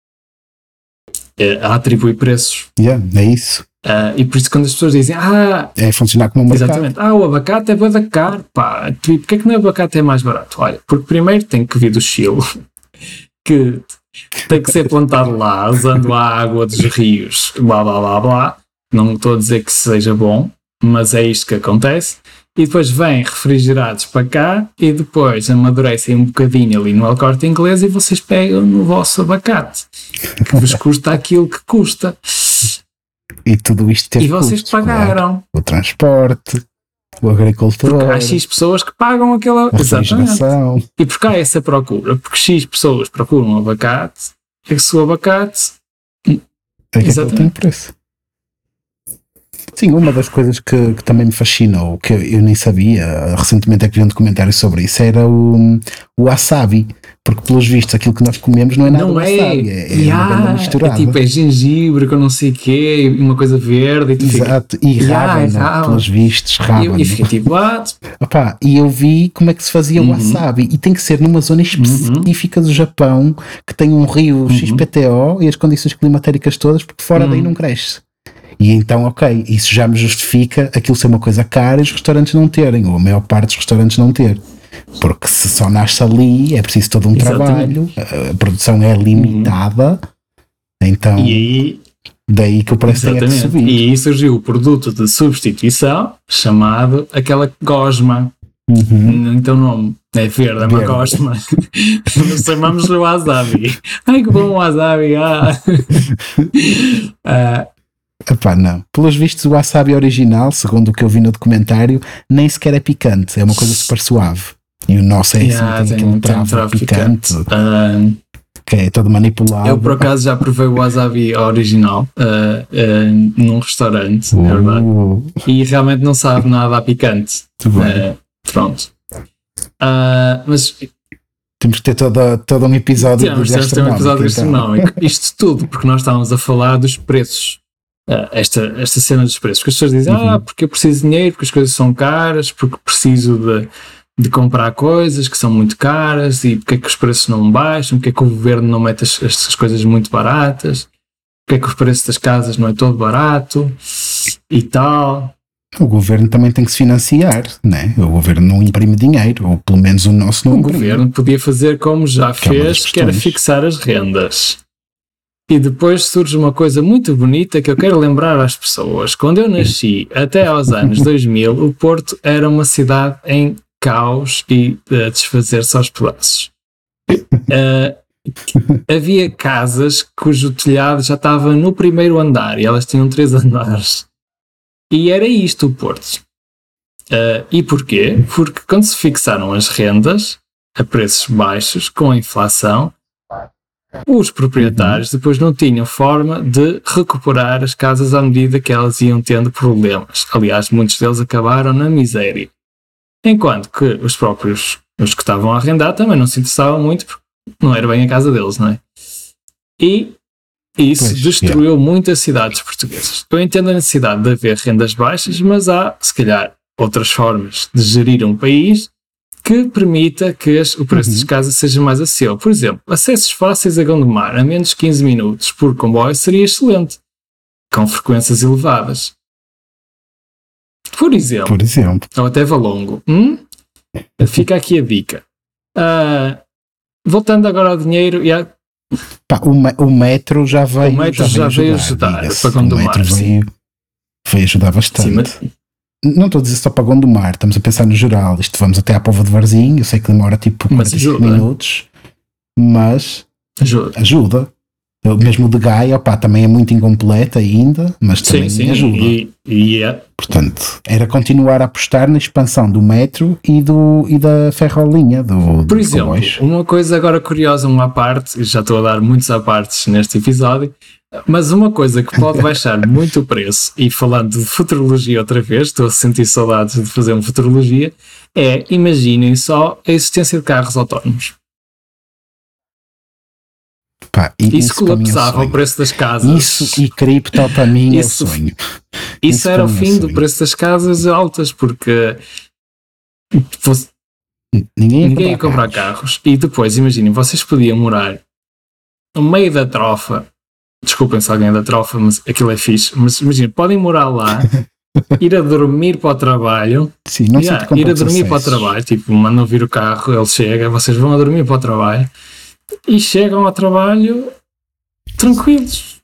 A atribuir preços. Yeah, é isso. Uh, e por isso quando as pessoas dizem ah, é funcionar como um mercado. Exatamente, ah, o abacate é bué da caro, pá, porque é que não é o abacate é mais barato? Olha, porque primeiro tem que vir do Chile, que tem que ser plantado lá, usando a água dos rios, blá blá blá blá, não estou a dizer que seja bom, mas é isto que acontece, e depois vêm refrigerados para cá e depois amadurecem um bocadinho ali no El Corte Inglês e vocês pegam no vosso abacate, que vos custa aquilo que custa. E tudo isto teve E vocês custos, pagaram. Claro. O transporte, o agricultor. Porque há X pessoas que pagam aquela... A refrigeração. E porque há essa procura, porque X pessoas procuram um abacate, é que se o abacate... É que ele tem preço. Sim, uma das coisas que, que também me fascinou, que eu nem sabia, recentemente é que vi um documentário sobre isso, era o, o wasabi, porque pelos vistos aquilo que nós comemos não é nada não wasabi, é, é, é yeah, uma banda misturada. É tipo, é gengibre com não sei o quê, uma coisa verde. E exato, fica, e rábano, yeah, pelos vistos, rábano. E, e fiquei tipo, what? Opa, e eu vi como é que se fazia o uhum. wasabi, e tem que ser numa zona específica uhum. do Japão, que tem um rio uhum. X P T O e as condições climatéricas todas, porque fora uhum. daí não cresce. E então, ok, isso já me justifica aquilo ser uma coisa cara e os restaurantes não terem, ou a maior parte dos restaurantes não ter. Porque se só nasce ali, é preciso todo um Exatamente. trabalho, a produção é limitada, uhum. então e aí, daí que o preço tem que subir. E aí surgiu o produto de substituição chamado aquela gosma. Uhum. Então não é verde, é uma verde. Gosma. Nós chamamos de wasabi. Ai que bom wasabi! Ah. uh, Epá, não. Pelos vistos, o wasabi original, segundo o que eu vi no documentário, nem sequer é picante, é uma coisa super suave. E o nosso é yeah, assim, tem, tem aquele travo, travo picante, picante uh, que é todo manipulado. Eu, por acaso, já provei o wasabi original uh, uh, num restaurante, uh. é verdade, e realmente não sabe nada a picante. Uh, pronto. Uh, mas... Temos que ter todo, todo um episódio temos, de gastronómico. Temos um episódio gastronómico. Então. Isto tudo porque nós estávamos a falar dos preços. Uh, esta, esta cena dos preços, porque as pessoas dizem uhum. ah, porque eu preciso de dinheiro, porque as coisas são caras, porque preciso de, de comprar coisas que são muito caras, e porque é que os preços não baixam, porque é que o governo não mete as, estas coisas muito baratas, porque é que o preço das casas não é todo barato e tal. O governo também tem que se financiar, né? O governo não imprime dinheiro, ou pelo menos o nosso não o imprime. O governo podia fazer como já que fez, que era fixar as rendas. E depois surge uma coisa muito bonita que eu quero lembrar às pessoas. Quando eu nasci, até aos anos dois mil, o Porto era uma cidade em caos e a desfazer-se aos pedaços. Uh, havia casas cujo telhado já estava no primeiro andar e elas tinham três andares. E era isto o Porto. Uh, e porquê? Porque quando se fixaram as rendas a preços baixos, com a inflação, os proprietários depois não tinham forma de recuperar as casas à medida que elas iam tendo problemas. Aliás, muitos deles acabaram na miséria. Enquanto que os próprios, os que estavam a arrendar, também não se interessavam muito, porque não era bem a casa deles, não é? E isso pois, destruiu é. muitas cidades portuguesas. Eu entendo a necessidade de haver rendas baixas, mas há, se calhar, outras formas de gerir um país que permita que as, o preço uhum. das casas seja mais acessível. Por exemplo, acessos fáceis a Gondomar a menos de quinze minutos por comboio seria excelente, com frequências elevadas. Por exemplo, por exemplo. ou até Valongo. Hum? Fica aqui a dica. Uh, voltando agora ao dinheiro... E a... Pá, o, me, o metro já veio, o metro já veio ajudar, ajudar para Gondomar. O metro veio, veio ajudar bastante. Sim, mas... Não estou a dizer só para Gondomar, estamos a pensar no geral. Isto vamos até à Póvoa de Varzim, eu sei que demora tipo quarenta e cinco minutos, mas ajuda. ajuda. Eu, mesmo o de Gaia, opá, também é muito incompleta ainda, mas também sim, sim, ajuda. E, e é. Portanto, era continuar a apostar na expansão do metro e, do, e da ferrolinha. Do, Por exemplo, comboios. Uma coisa agora curiosa, uma parte, já estou a dar muitos apartes neste episódio, mas uma coisa que pode baixar muito o preço, e falando de futurologia outra vez, estou a sentir saudades de fazer uma futurologia, é, imaginem só a existência de carros autónomos. Pá, isso isso colapsava é o preço das casas. Isso e cripto para mim isso, é o sonho. Isso, isso era o fim é do preço das casas altas, porque fosse, ninguém ia ninguém comprar, ia comprar carros. carros. E depois, imaginem, vocês podiam morar no meio da trofa. Desculpem se alguém é da trofa, mas aquilo é fixe. Mas imaginem, podem morar lá, ir a dormir para o trabalho. Sim, não yeah, sei ir a dormir acessos. para o trabalho. Tipo, mandam vir o carro, ele chega, vocês vão a dormir para o trabalho. E chegam ao trabalho tranquilos.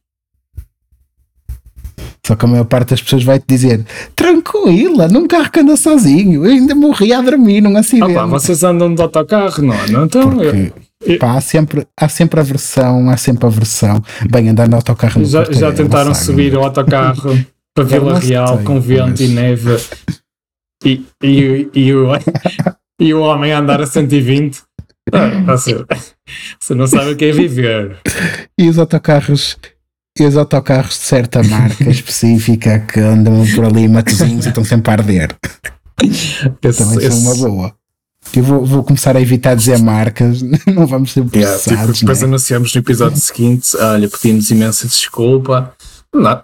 Só que a maior parte das pessoas vai-te dizer: tranquila, num carro que anda sozinho, eu ainda morri a dormir num acidente. Opa, vocês andam de autocarro, não? não? Então, Porque, eu, pá, há, sempre, há sempre a versão, há sempre a versão. Bem, andar no autocarro no Já, Porto já é tentaram subir o autocarro para Vila Real tem, com vento mas... e neve e, e, e, o, e o homem a andar a cento e vinte. Ah, você, você não sabe o que é viver. E os autocarros, e os autocarros de certa marca específica que andam por ali matozinhos e estão sempre a arder. Esse, Também esse... são uma boa. Eu vou, vou começar a evitar dizer marcas, não vamos ser processados. Yeah, tipo, depois né? anunciamos no episódio seguinte: olha, pedimos imensa desculpa. Não.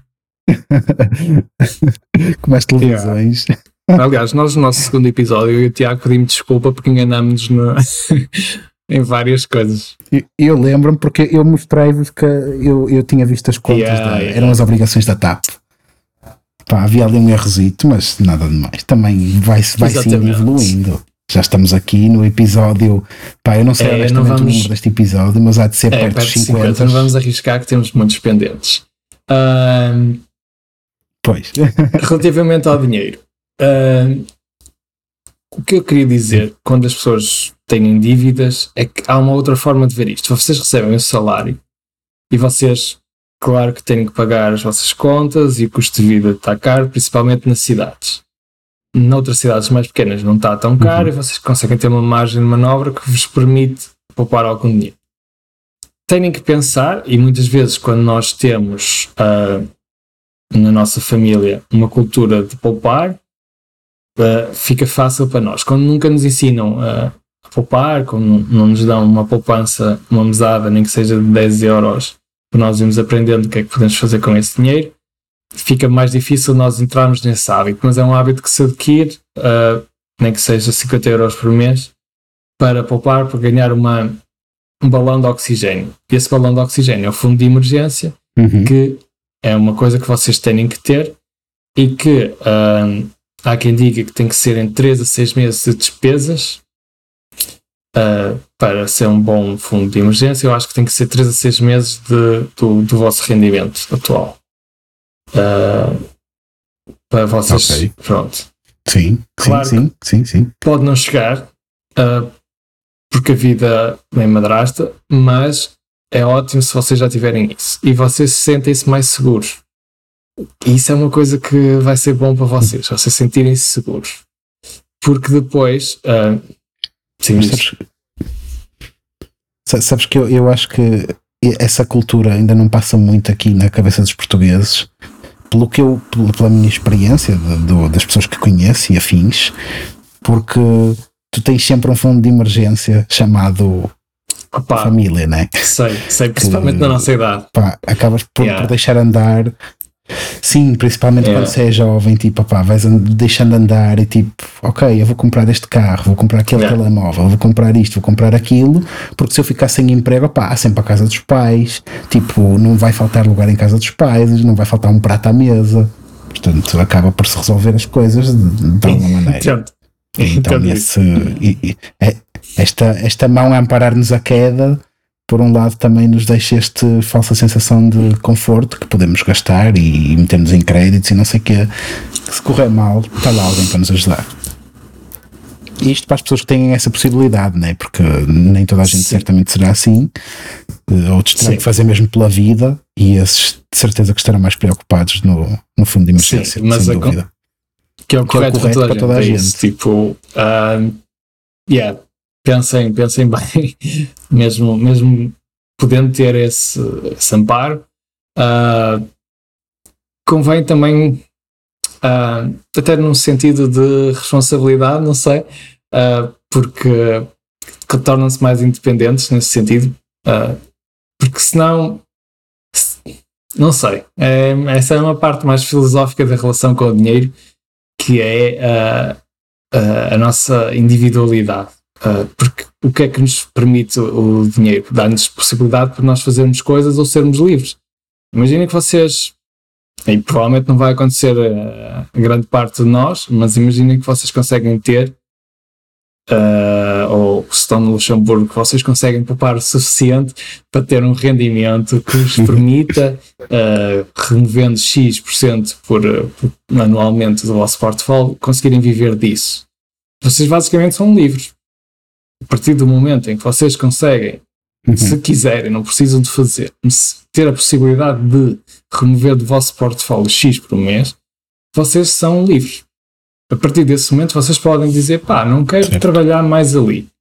Como as televisões. Yeah. Aliás, nós no nosso segundo episódio, eu e o Tiago pedimos desculpa porque enganámos-nos no... em várias coisas. Eu, eu lembro-me porque eu mostrei-vos que eu, eu tinha visto as contas, yeah, da, yeah. eram as obrigações da T A P. Pá, havia ali um errozito, mas nada de mais. Também vai, vai sim evoluindo. Já estamos aqui no episódio. Pá, eu não sei é, honestamente vamos... o número deste episódio, mas há de ser é, perto dos cinquenta. cinquenta. Não vamos arriscar que temos muitos pendentes. Um... Pois. Relativamente ao dinheiro. Uh, o que eu queria dizer quando as pessoas têm dívidas é que há uma outra forma de ver isto. Vocês recebem o salário e vocês, claro que têm que pagar as vossas contas e o custo de vida está caro, principalmente nas cidades. Noutras cidades mais pequenas não está tão caro, uhum. E vocês conseguem ter uma margem de manobra que vos permite poupar algum dinheiro. Têm que pensar, e muitas vezes quando nós temos uh, na nossa família uma cultura de poupar, Uh, fica fácil para nós. Quando nunca nos ensinam uh, a poupar, quando não nos dão uma poupança, uma mesada, nem que seja de dez euros, para nós irmos aprendendo o que é que podemos fazer com esse dinheiro, fica mais difícil nós entrarmos nesse hábito, mas é um hábito que se adquire, uh, nem que seja cinquenta euros por mês, para poupar, para ganhar uma, um balão de oxigênio. E esse balão de oxigênio é o fundo de emergência, uhum. que é uma coisa que vocês têm que ter e que uh, há quem diga que tem que ser em três a seis meses de despesas uh, para ser um bom fundo de emergência. Eu acho que tem que ser três a seis meses de, do, do vosso rendimento atual. Uh, para vocês, okay. Pronto. Sim, claro sim, sim, sim, sim. Pode não chegar, uh, porque a vida nem madrasta, mas é ótimo se vocês já tiverem isso e vocês sentem-se mais seguros. E isso é uma coisa que vai ser bom para vocês, vocês sentirem-se seguros. Porque depois... Uh, sim, sabes, sabes que eu, eu acho que essa cultura ainda não passa muito aqui na cabeça dos portugueses, pelo que eu, pela minha experiência de, de, das pessoas que conheço e afins, porque tu tens sempre um fundo de emergência chamado Opa, família, né? Sei, sei, principalmente que, na nossa idade. Pá, acabas por, yeah. por deixar andar. Sim, principalmente yeah. quando você é jovem, tipo, opá, vais deixando andar e tipo, ok, eu vou comprar este carro, vou comprar aquele yeah. telemóvel, vou comprar isto, vou comprar aquilo, porque se eu ficar sem emprego, opá, há sempre a casa dos pais, tipo, não vai faltar lugar em casa dos pais, não vai faltar um prato à mesa, portanto, acaba por se resolver as coisas de, de alguma maneira. Então, esse, e, e, esta, esta mão a amparar-nos a queda, por um lado também nos deixa esta falsa sensação de conforto que podemos gastar e, e metermos em créditos e não sei o quê, que se correr mal está lá alguém para nos ajudar. E isto para as pessoas que têm essa possibilidade, né? Porque nem toda a gente Sim. certamente será assim, outros terão Sim. que fazer mesmo pela vida e esses de certeza que estarão mais preocupados no, no fundo de emergência, Sim, mas sem dúvida. Com... Que é o correto, é o correto para toda a gente. Para toda a gente. É tipo, uh, yeah. Pensem, pensem bem, mesmo, mesmo podendo ter esse, esse amparo, uh, convém também, uh, até num sentido de responsabilidade, não sei, uh, porque tornam-se mais independentes nesse sentido, uh, porque senão, não sei, é, essa é uma parte mais filosófica da relação com o dinheiro, que é uh, uh, a nossa individualidade. Uh, porque o que é que nos permite o, o dinheiro? Dá-nos possibilidade para nós fazermos coisas ou sermos livres. Imaginem que vocês, e provavelmente não vai acontecer a, a grande parte de nós, mas imaginem que vocês conseguem ter, uh, ou se estão no Luxemburgo, que vocês conseguem poupar o suficiente para ter um rendimento que vos permita, uh, removendo X% por, por, anualmente do vosso portfólio, conseguirem viver disso. Vocês basicamente são livres. A partir do momento em que vocês conseguem, uhum. se quiserem, não precisam de fazer, ter a possibilidade de remover do vosso portfólio X por mês, vocês são livres. A partir desse momento vocês podem dizer, pá, não quero certo. trabalhar mais ali.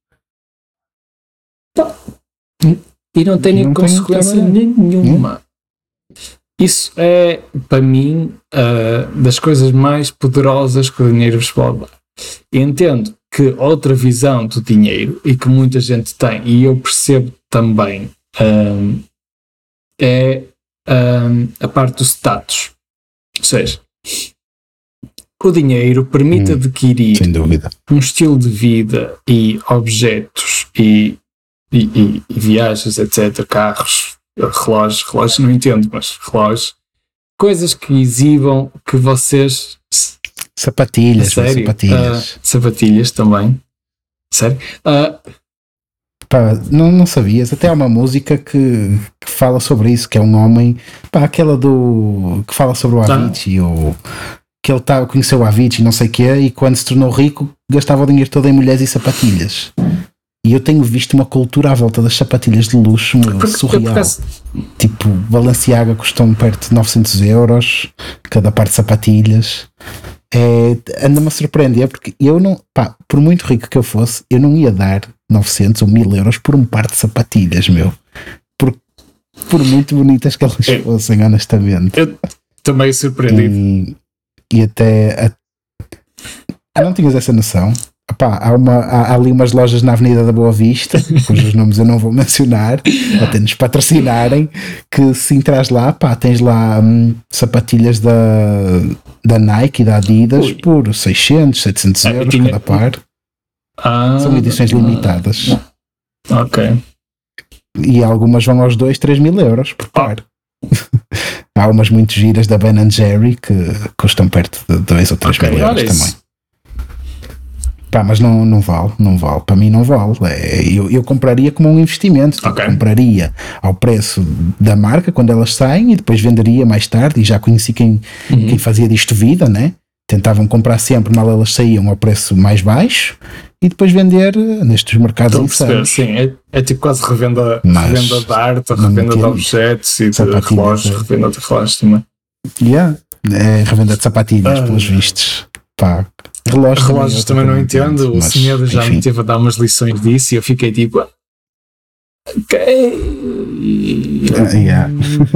Tá. E não tem não consequência nenhuma. Hum? Isso é, para mim, uh, das coisas mais poderosas que o dinheiro vos pode dar. Entendo que outra visão do dinheiro, e que muita gente tem, e eu percebo também, um, é um, a parte do status. Ou seja, o dinheiro permite hum, adquirir um estilo de vida e objetos e, e, e, e viagens, etcétera, carros, relógios, relógios não entendo, mas relógios, coisas que exibam que vocês... Sapatilhas, sério? sapatilhas. Uh, sapatilhas também. Sério? Uh, pá, não, não sabias? Até há uma música que, que fala sobre isso, que é um homem, pá, aquela do que fala sobre o Avicii, ou que ele tá, conheceu o Avicii, não sei o quê, e quando se tornou rico gastava o dinheiro todo em mulheres e sapatilhas. E eu tenho visto uma cultura à volta das sapatilhas de luxo meu, surreal. Acaso... Tipo, Balenciaga custam perto de novecentos euros cada par de sapatilhas. É, anda-me a surpreender porque eu não, pá, por muito rico que eu fosse, eu não ia dar novecentos ou mil euros por um par de sapatilhas, meu, por, por muito bonitas que elas eu, fossem, honestamente. Eu também surpreendido. E, e até a, ah, não tinhas essa noção? Epá, há, uma, há, há ali umas lojas na Avenida da Boa Vista, cujos nomes eu não vou mencionar, até nos patrocinarem, que se entras lá, pá, tens lá hum, sapatilhas da, da Nike e da Adidas Ui. por seiscentos, setecentos ah, euros tinha... cada par. Ah, São edições limitadas. Ok. E algumas vão aos dois, três mil euros por par. Há umas muito giras da Ben and Jerry que custam perto de dois ou três okay, mil euros também. Pá, mas não, não vale, não vale, para mim não vale. É, eu, eu compraria como um investimento, tipo, okay. compraria ao preço da marca quando elas saem e depois venderia mais tarde. E já conheci quem, uhum. quem fazia disto vida, né? Tentavam comprar sempre, mal elas saíam ao preço mais baixo e depois vender nestes mercados insanos. Sim, é, é tipo quase revenda, Mas revenda de arte, revenda de objetos e de relógios, é. revenda de relógios também. Yeah. É revenda de sapatilhas, ah. pelos vistos. Pá. Relógios, relógios também, também não entendo. entendo. O senhor já enfim. me teve a dar umas lições disso e eu fiquei tipo. Ok. Uh, yeah.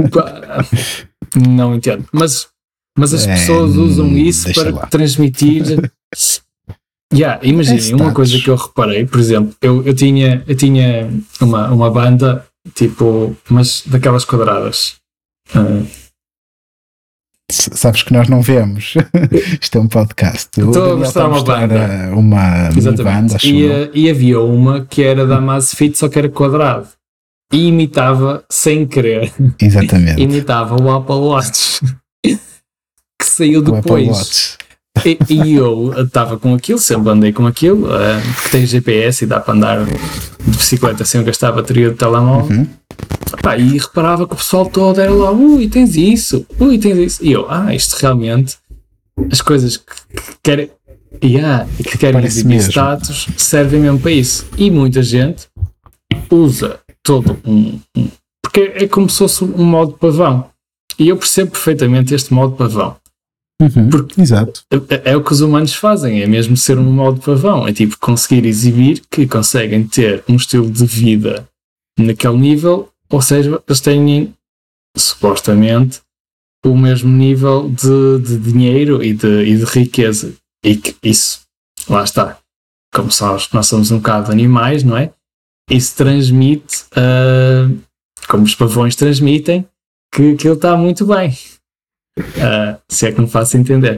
Não entendo. Mas, mas as é, pessoas usam isso para lá. transmitir. yeah, imaginem, é uma coisa que eu reparei, por exemplo, eu, eu tinha, eu tinha uma, uma banda tipo, mas daquelas quadradas. Uh, Sabes que nós não vemos. Isto é um podcast. Estou a mostrar uma banda. Uma, uma banda e, e havia uma que era da Amazfit, só que era quadrado. E imitava, sem querer, exatamente, imitava o Apple Watch que saiu depois. E, e eu estava com aquilo, sempre andei com aquilo, uh, porque tem G P S e dá para andar de bicicleta sem gastar a bateria do telemóvel. Uhum. Pá, e reparava que o pessoal todo era lá, ui, tens isso, ui, tens isso. E eu, ah, isto realmente, as coisas que, que querem, yeah, que querem exibir status servem mesmo para isso. E muita gente usa todo um, um. Porque é como se fosse um modo pavão. E eu percebo perfeitamente este modo pavão. Uhum, porque exato. É, é o que os humanos fazem, é mesmo ser um modo pavão. É tipo conseguir exibir que conseguem ter um estilo de vida naquele nível, ou seja, eles têm supostamente o mesmo nível de, de dinheiro e de, e de riqueza. E que isso, lá está. Como nós, nós somos um bocado animais, não é? Isso transmite, uh, como os pavões transmitem, que aquilo está muito bem. Uh, se é que me faço entender.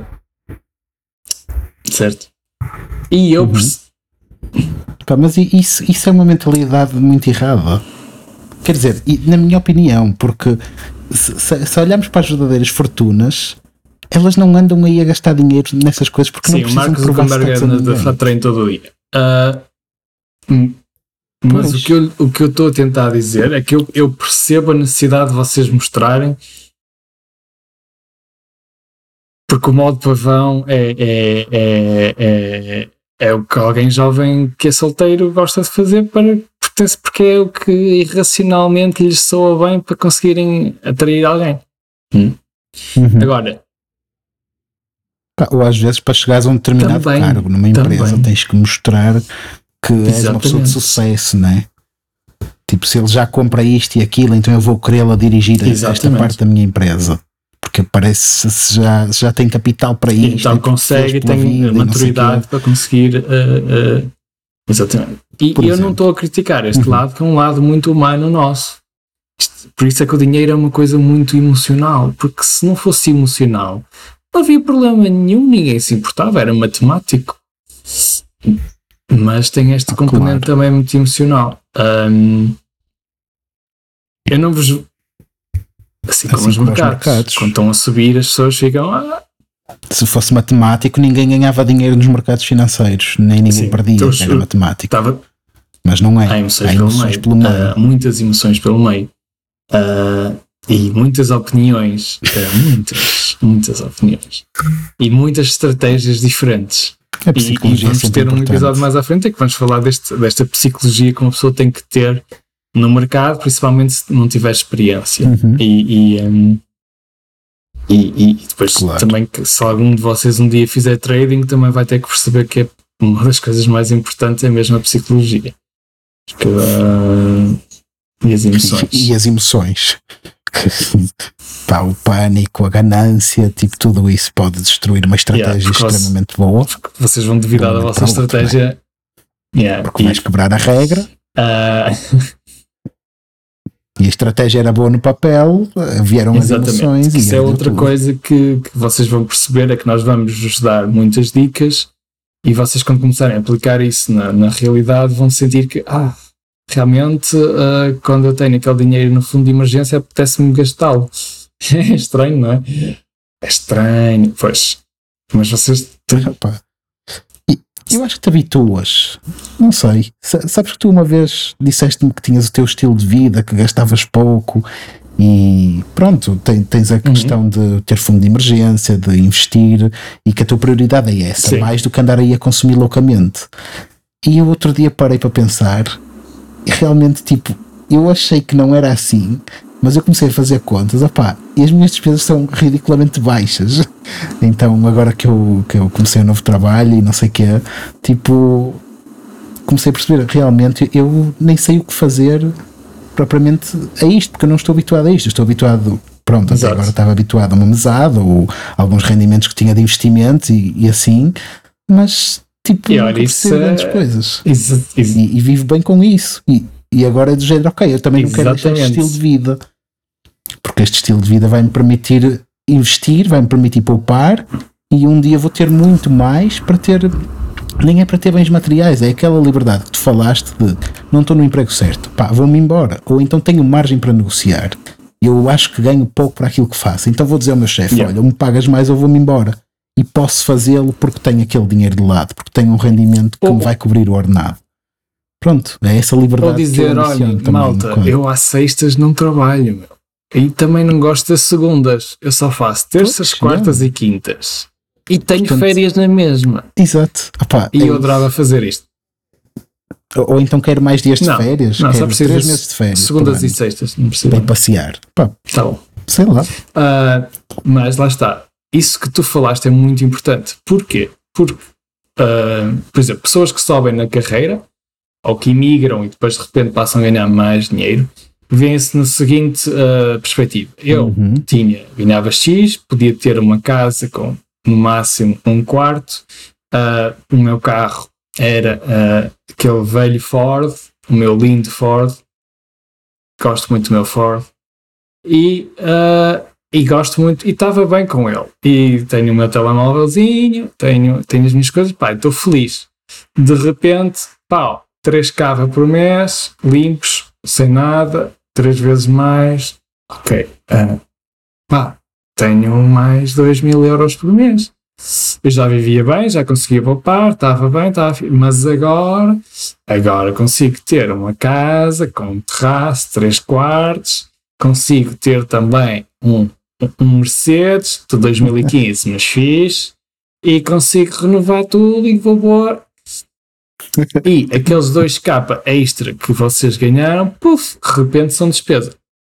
Certo? E eu... Uhum. Perce... Pá, mas isso, isso é uma mentalidade muito errada. Quer dizer, na minha opinião, porque se, se olharmos para as verdadeiras fortunas, elas não andam aí a gastar dinheiro nessas coisas porque sim, não precisam provar. Sim, o Marcos Zuckerberg da Fat Train todo o dia. Uh, mas o que, eu, o que eu estou a tentar dizer é que eu, eu percebo a necessidade de vocês mostrarem, porque o modo pavão é, é, é, é, é o que alguém jovem que é solteiro gosta de fazer para, porque é o que irracionalmente lhes soa bem para conseguirem atrair alguém. Hum? Uhum. Agora, ou às vezes para chegares a um determinado também, cargo numa empresa também. Tens que mostrar que és exatamente. Uma pessoa de sucesso, não é? Tipo, se ele já compra isto e aquilo, então eu vou querê-lo a dirigir exatamente. Esta parte da minha empresa. Porque parece que já, já tem capital para isto. Então consegue, tem maturidade para conseguir. Uh, uh, exatamente. E por eu exemplo. Não estou a criticar este uhum. lado, que é um lado muito humano nosso. Isto, por isso é que o dinheiro é uma coisa muito emocional. Porque se não fosse emocional, não havia problema nenhum, ninguém se importava, era matemático. Mas tem este ah, componente claro. Também muito emocional. Um, eu não vos. Assim como assim os, mercados, os mercados. Quando estão a subir, as pessoas ficam. Ah. Se fosse matemático, ninguém ganhava dinheiro nos mercados financeiros, nem ninguém sim, perdia, então, era matemático. Tava... Mas não é. Há emoções, Há emoções pelo meio. Pelo meio. Uh, muitas emoções pelo meio. Uh, e muitas opiniões. Uh, muitas, muitas opiniões. E muitas estratégias diferentes. A e, e vamos ter um importante. Episódio mais à frente em que vamos falar deste, desta psicologia que uma pessoa tem que ter no mercado, principalmente se não tiver experiência. Uhum. E, e, um, e, e depois claro. Também que se algum de vocês um dia fizer trading, também vai ter que perceber que é uma das coisas mais importantes é mesmo a psicologia. Porque, uh, e as emoções. E, e as emoções. Pá, o pânico, a ganância, tipo, tudo isso pode destruir uma estratégia yeah, extremamente você, boa. Vocês vão duvidar da vossa estratégia. Yeah, porque e, vais quebrar a regra. Uh, E a estratégia era boa no papel, vieram exatamente, as emoções. Isso é outra tudo. Coisa que, que vocês vão perceber, é que nós vamos vos dar muitas dicas e vocês, quando começarem a aplicar isso na, na realidade, vão sentir que, ah, realmente, uh, quando eu tenho aquele dinheiro no fundo de emergência, apetece-me gastá-lo. É estranho, não é? É estranho, pois. Mas vocês... Opa. Eu acho que te habituas, não sei, sabes que tu uma vez disseste-me que tinhas o teu estilo de vida, que gastavas pouco e pronto, tens a questão uhum. de ter fundo de emergência, de investir e que a tua prioridade é essa, sim. mais do que andar aí a consumir loucamente. E eu outro dia parei para pensar e realmente, tipo, eu achei que não era assim, mas eu comecei a fazer contas, opá, e as minhas despesas são ridiculamente baixas. Então agora que eu, que eu comecei um novo trabalho e não sei o quê, tipo, comecei a perceber, realmente eu nem sei o que fazer propriamente a isto, porque eu não estou habituado a isto. Eu estou habituado, pronto, até agora estava habituado a uma mesada ou alguns rendimentos que tinha de investimentos e, e assim, mas tipo, e nunca olha, percebo isso grandes é... coisas. Isso, isso. E, e vivo bem com isso. E, e agora é do género, ok, eu também não quero deixar este Exatamente. estilo de vida, porque este estilo de vida vai-me permitir investir, vai-me permitir poupar, e um dia vou ter muito mais para ter, nem é para ter bens materiais, é aquela liberdade que tu falaste de não estou no emprego certo, pá, vou-me embora, ou então tenho margem para negociar, eu acho que ganho pouco para aquilo que faço, então vou dizer ao meu chefe, Yeah. olha, ou me pagas mais ou vou-me embora, e posso fazê-lo porque tenho aquele dinheiro de lado, porque tenho um rendimento que Ou- me vai cobrir o ordenado. Pronto, é essa liberdade Ou dizer, que eu olha, ambiciono também, malta, claro. eu às sextas não trabalho, meu. E também não gosto das segundas. Eu só faço terças, Pois, quartas não. e quintas. E tenho Portanto, férias na mesma. Exato. Opá, E é eu adorava fazer isto. Ou, ou então quero mais dias de Não, férias, não, só quero preciso três de meses de férias. segundas por e ano, sextas. Não precisa. para ir passear. Pá, Tá bom. sei lá. Ah, mas lá está. Isso que tu falaste é muito importante. Porquê? Porque, ah, por exemplo, pessoas que sobem na carreira ou que imigram e depois de repente passam a ganhar mais dinheiro, vêem-se na seguinte uh, perspectiva. Eu Uhum. tinha, ganhava X, podia ter uma casa com no máximo um quarto, uh, o meu carro era uh, aquele velho Ford, o meu lindo Ford, gosto muito do meu Ford, e, uh, e gosto muito, e estava bem com ele. E tenho o meu telemóvelzinho, tenho, tenho as minhas coisas, pá, estou feliz. De repente, pá, três cava por mês, limpos, sem nada, três vezes mais, ok, uh, pá, tenho mais dois mil euros por mês. Eu já vivia bem, já conseguia poupar, estava bem, estava, mas agora, agora consigo ter uma casa com um terraço, três quartos, consigo ter também um, um Mercedes de dois mil e quinze, mas fiz, e consigo renovar tudo e vou embora. E aqueles dois K extra que vocês ganharam, puf, de repente são despesa.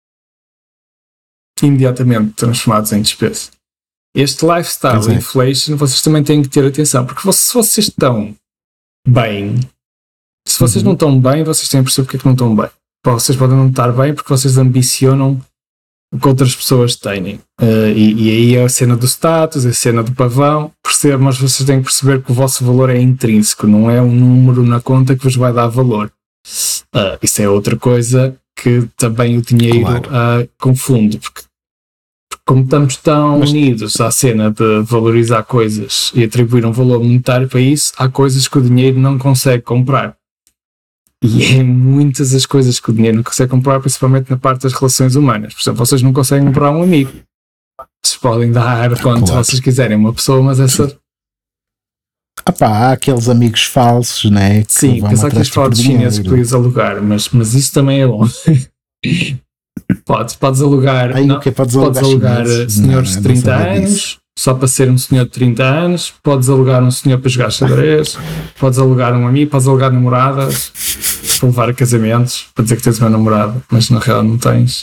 Imediatamente transformados em despesa. Este lifestyle é. inflation, vocês também têm que ter atenção, porque se vocês estão bem, se vocês Uhum. não estão bem, vocês têm que perceber porque é que não estão bem. Vocês podem não estar bem porque vocês ambicionam o que outras pessoas têm. Uh, e, e aí é a cena do status, é a cena do pavão, percebo, mas vocês têm que perceber que o vosso valor é intrínseco, não é um número na conta que vos vai dar valor. Uh, isso é outra coisa que também o dinheiro Claro. uh, confunde, porque, porque como estamos tão Mas- unidos à cena de valorizar coisas e atribuir um valor monetário para isso, há coisas que o dinheiro não consegue comprar. E é muitas as coisas que o dinheiro não consegue comprar, principalmente na parte das relações humanas. Por exemplo, vocês não conseguem comprar um amigo. Vocês podem dar quanto Claro. vocês quiserem a uma pessoa, mas essa... Ah pá, há aqueles amigos falsos, né? Que Sim, vão pensar que atrás tens de falar por dos chineses que dinheiro. podias alugar, mas, mas isso também é bom. podes, podes alugar... Aí não, o que podes podes alugar alugar chineses? senhores Não, de eu não trinta sabia anos, disso. só para ser um senhor de trinta anos, podes alugar um senhor para jogar xadrez, podes alugar um amigo, podes alugar namoradas, para levar a casamentos, para dizer que tens uma namorada, mas na real não tens.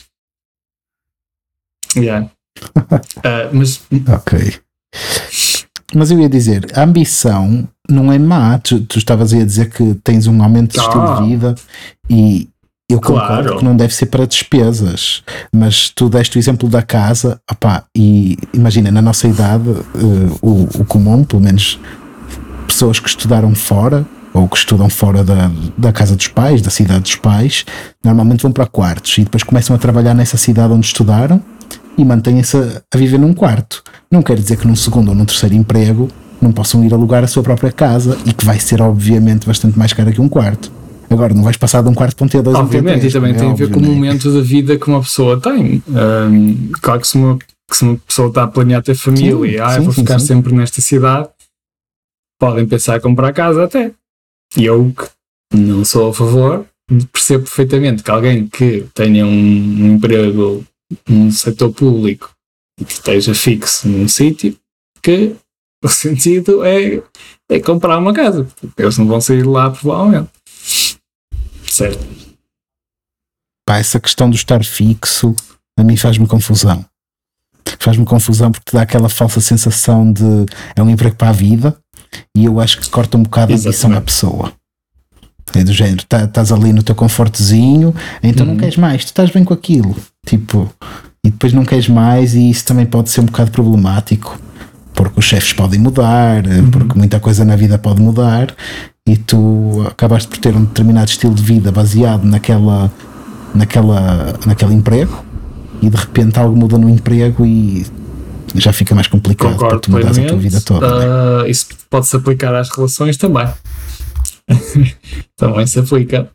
Yeah. Uh, mas Ok. Mas eu ia dizer, a ambição não é má. Tu, tu estavas aí a dizer que tens um aumento de Ah. estilo de vida e eu concordo Claro. que não deve ser para despesas, mas tu deste o exemplo da casa, opá, e imagina, na nossa idade, eh, o, o comum, pelo menos pessoas que estudaram fora ou que estudam fora da, da casa dos pais, da cidade dos pais, normalmente vão para quartos e depois começam a trabalhar nessa cidade onde estudaram e mantêm-se a, a viver num quarto. Não quer dizer que num segundo ou num terceiro emprego não possam ir alugar a sua própria casa e que vai ser obviamente bastante mais cara que um quarto. Agora, não vais passar de um quarto para um T dois obviamente, um T três, e também é tem a ver óbvio, com o né? momento da vida que uma pessoa tem. Um, claro que se uma, que se uma pessoa está a planear ter família Sim, e ah, sim, vou sim, ficar sim. sempre nesta cidade, podem pensar em comprar casa até. E eu, que não sou a favor, percebo perfeitamente que alguém que tenha um, um emprego num setor público e que esteja fixo num sítio, que O sentido é, é comprar uma casa. Eles não vão sair de lá provavelmente. Certo. Pá, essa questão do estar fixo a mim faz-me confusão. Faz-me confusão porque te dá aquela falsa sensação de é um emprego para a vida, e eu acho que corta um bocado a ambição da pessoa. É do género, estás ali no teu confortozinho, então uhum. não queres mais, tu estás bem com aquilo, tipo, e depois não queres mais, e isso também pode ser um bocado problemático, porque os chefes podem mudar, uhum. porque muita coisa na vida pode mudar, e tu acabaste por ter um determinado estilo de vida baseado naquela, naquela, naquele emprego, e de repente algo muda no emprego e já fica mais complicado. Concordo, para tu mudares a tua vida toda. Uh, né? Isso pode-se aplicar às relações também. Também se aplica.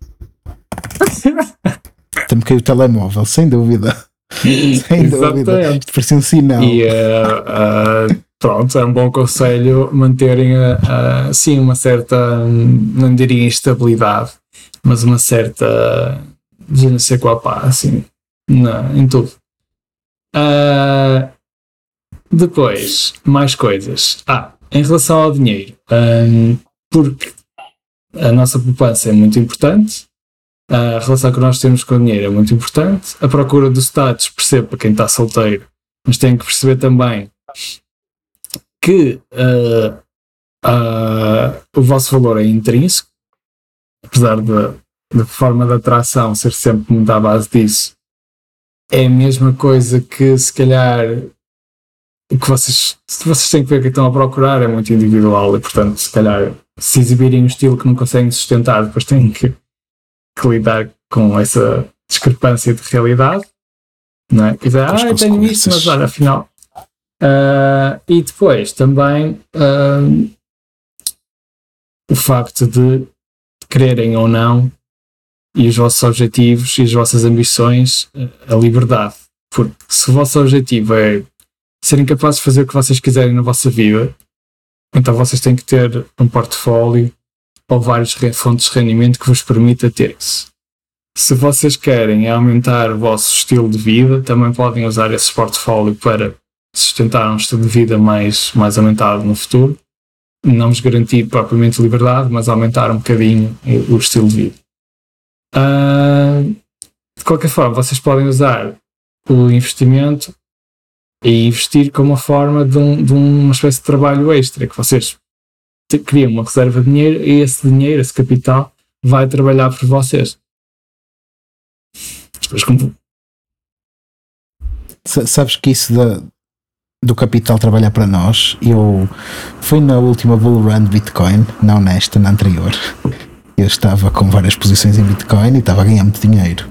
Também caiu o telemóvel, sem dúvida. Sem dúvida. Isto parecia um sinal. E uh, uh, pronto, é um bom conselho manterem uh, uh, sim, uma certa, não diria instabilidade, mas uma certa, de não sei qual pá, assim, na, em tudo. Uh, depois, mais coisas. Ah, em relação ao dinheiro, um, porque a nossa poupança é muito importante, a relação que nós temos com o dinheiro é muito importante, a procura do status, percebo para quem está solteiro, mas tem que perceber também que uh, uh, o vosso valor é intrínseco, apesar da forma de atração ser sempre muito à base disso. É a mesma coisa que, se calhar, o que vocês, se vocês têm que ver o que estão a procurar é muito individual, e, portanto, se calhar, se exibirem um estilo que não conseguem sustentar, depois têm que, que lidar com essa discrepância de realidade, não é? Quer dizer, ah, eu tenho isto, mas olha, afinal. Uh, e depois também uh, o facto de quererem ou não, e os vossos objetivos e as vossas ambições, a liberdade. Porque se o vosso objetivo é serem capazes de fazer o que vocês quiserem na vossa vida, então vocês têm que ter um portfólio ou várias fontes de rendimento que vos permita ter isso. Se vocês querem aumentar o vosso estilo de vida, também podem usar esse portfólio para sustentar um estilo de vida mais, mais aumentado no futuro. Não vos garantir propriamente liberdade, mas aumentar um bocadinho o estilo de vida. Uh, de qualquer forma, vocês podem usar o investimento e investir como uma forma de, um, de uma espécie de trabalho extra, que vocês criam uma reserva de dinheiro e esse dinheiro, esse capital, vai trabalhar por vocês. Depois, como... Sabes que isso da, do capital trabalhar para nós, eu fui na última bull run de Bitcoin, não nesta, na anterior. Eu estava com várias posições em Bitcoin e estava a ganhar muito dinheiro,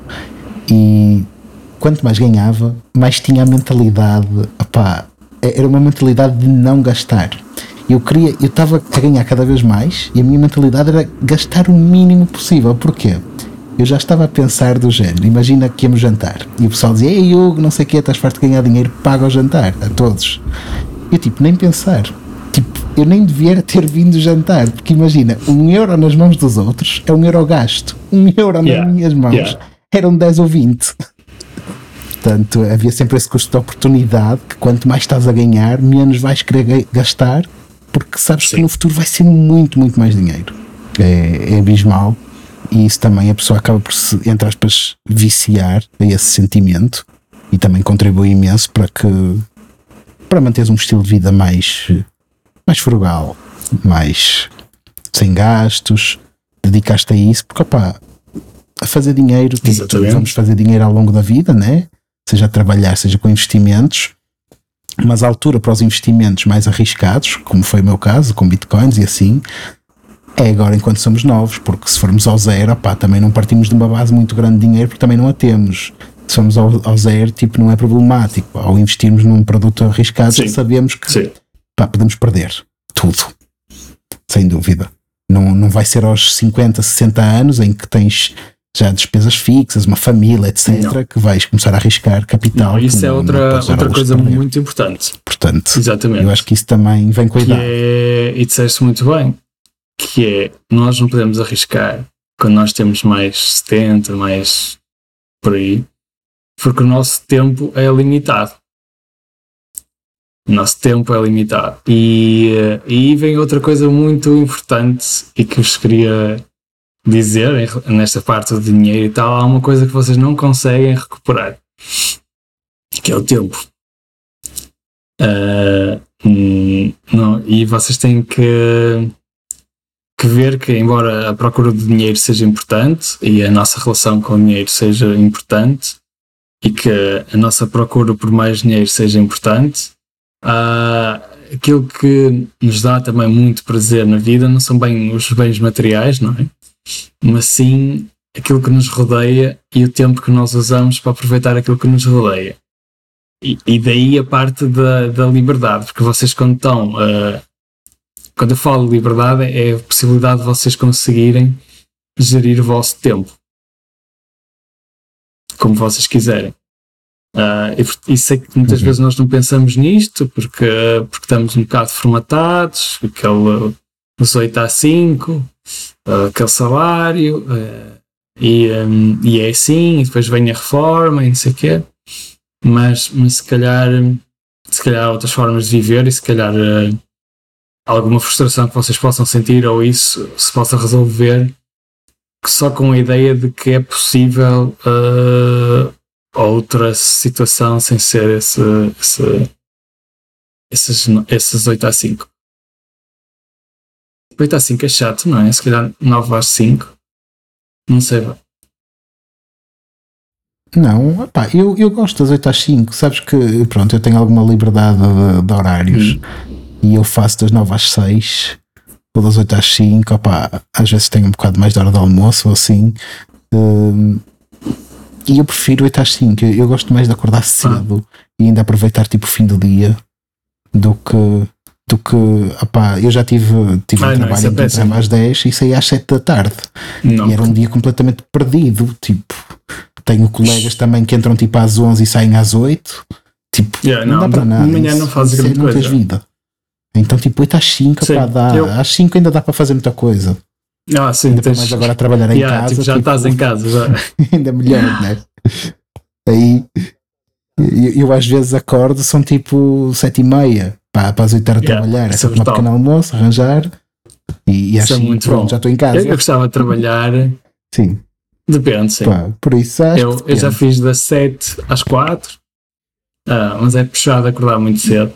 e quanto mais ganhava, mais tinha a mentalidade, opá, era uma mentalidade de não gastar. Eu queria, eu estava a ganhar cada vez mais e a minha mentalidade era gastar o mínimo possível. Porquê? Eu já estava a pensar do género, imagina que íamos jantar e o pessoal dizia, ei Hugo, não sei o que, estás farto de ganhar dinheiro, paga o jantar a todos. Eu tipo, nem pensar. Tipo, eu nem devia ter vindo jantar, porque imagina, um euro nas mãos dos outros é um euro gasto, um euro yeah, nas minhas mãos yeah. eram dez ou vinte. Portanto, havia sempre esse custo de oportunidade, que quanto mais estás a ganhar, menos vais querer gastar, porque sabes Sim. que no futuro vai ser muito, muito mais dinheiro. É, é abismal, e isso também a pessoa acaba por se, entre aspas, viciar a esse sentimento, e também contribui imenso para que para manteres um estilo de vida mais mais frugal, mais sem gastos, dedicaste a isso, porque opá, a fazer dinheiro, tipo, vamos fazer dinheiro ao longo da vida, né? Seja a trabalhar, seja com investimentos, mas a altura para os investimentos mais arriscados, como foi o meu caso, com bitcoins e assim, é agora enquanto somos novos, porque se formos ao zero, opá, também não partimos de uma base muito grande de dinheiro, porque também não a temos. Se formos ao, ao zero, tipo, não é problemático. Ao investirmos num produto arriscado, Sim. sabemos que Sim. Pá, podemos perder tudo, sem dúvida. Não, não vai ser aos cinquenta, sessenta anos em que tens já despesas fixas, uma família, etcétera, não. que vais começar a arriscar capital. Não, isso é outra, outra coisa muito importante. Portanto, Exatamente. eu acho que isso também vem com a idade. É, e disseste muito bem, que é, nós não podemos arriscar quando nós temos mais setenta, mais por aí, porque o nosso tempo é limitado. O nosso tempo é limitado. E, e aí vem outra coisa muito importante e que vos queria dizer nesta parte do dinheiro e tal. Há uma coisa que vocês não conseguem recuperar, que é o tempo. Uh, hum, não, e vocês têm que, que ver que, embora a procura de dinheiro seja importante e a nossa relação com o dinheiro seja importante e que a nossa procura por mais dinheiro seja importante, uh, aquilo que nos dá também muito prazer na vida não são bem os bens materiais, não é? Mas sim aquilo que nos rodeia e o tempo que nós usamos para aproveitar aquilo que nos rodeia. E, e daí a parte da, da liberdade, porque vocês quando estão, uh, quando eu falo de liberdade, é a possibilidade de vocês conseguirem gerir o vosso tempo como vocês quiserem. Uh, e, e sei que muitas uhum. vezes nós não pensamos nisto porque, porque estamos um bocado formatados, aquele, os oito às cinco, uh, aquele salário, uh, e, um, e é assim, e depois vem a reforma e não sei o quê. Mas, mas se calhar se calhar há outras formas de viver e se calhar uh, alguma frustração que vocês possam sentir ou isso se possa resolver só com a ideia de que é possível uh, outra situação sem ser esse, esse, esses, esses oito às cinco. oito às cinco é chato, não é? Se calhar nove às cinco, não sei. Não, opá, eu, eu gosto das oito às cinco, sabes que pronto, eu tenho alguma liberdade de, de horários hum. e eu faço das nove às seis ou das oito às cinco, opá, às vezes tenho um bocado mais de hora de almoço ou assim, hum, e eu prefiro oito às cinco, eu, eu gosto mais de acordar cedo ah. e ainda aproveitar tipo o fim do dia do que, do que opá, eu já tive, tive ah, um não, trabalho em que entrava às dez e saí às sete da tarde não. E era um dia completamente perdido, tipo. Tenho colegas também que entram tipo às onze e saem às oito. Tipo, yeah, não, não dá para nada. Amanhã não faz grande não coisa. Tens vida. Então, tipo, oito às cinco, sim, pá, dá. Eu... Às cinco ainda dá para fazer muita coisa. Ah, sim, ainda tens... mais agora a trabalhar em yeah, casa. Tipo, já tipo, estás em casa, já. ainda melhor, né? Aí eu, eu às vezes acordo, são tipo sete e meia, pá, para as oito horas yeah, trabalhar. É só é tomar um pequeno almoço, arranjar e, e às cinco, muito pronto, bom. já estou em casa. Eu, eu gostava de trabalhar. Sim. Depende, sim. Pá, por isso acho eu, eu já fiz das sete às quatro, ah, mas é puxado acordar muito cedo.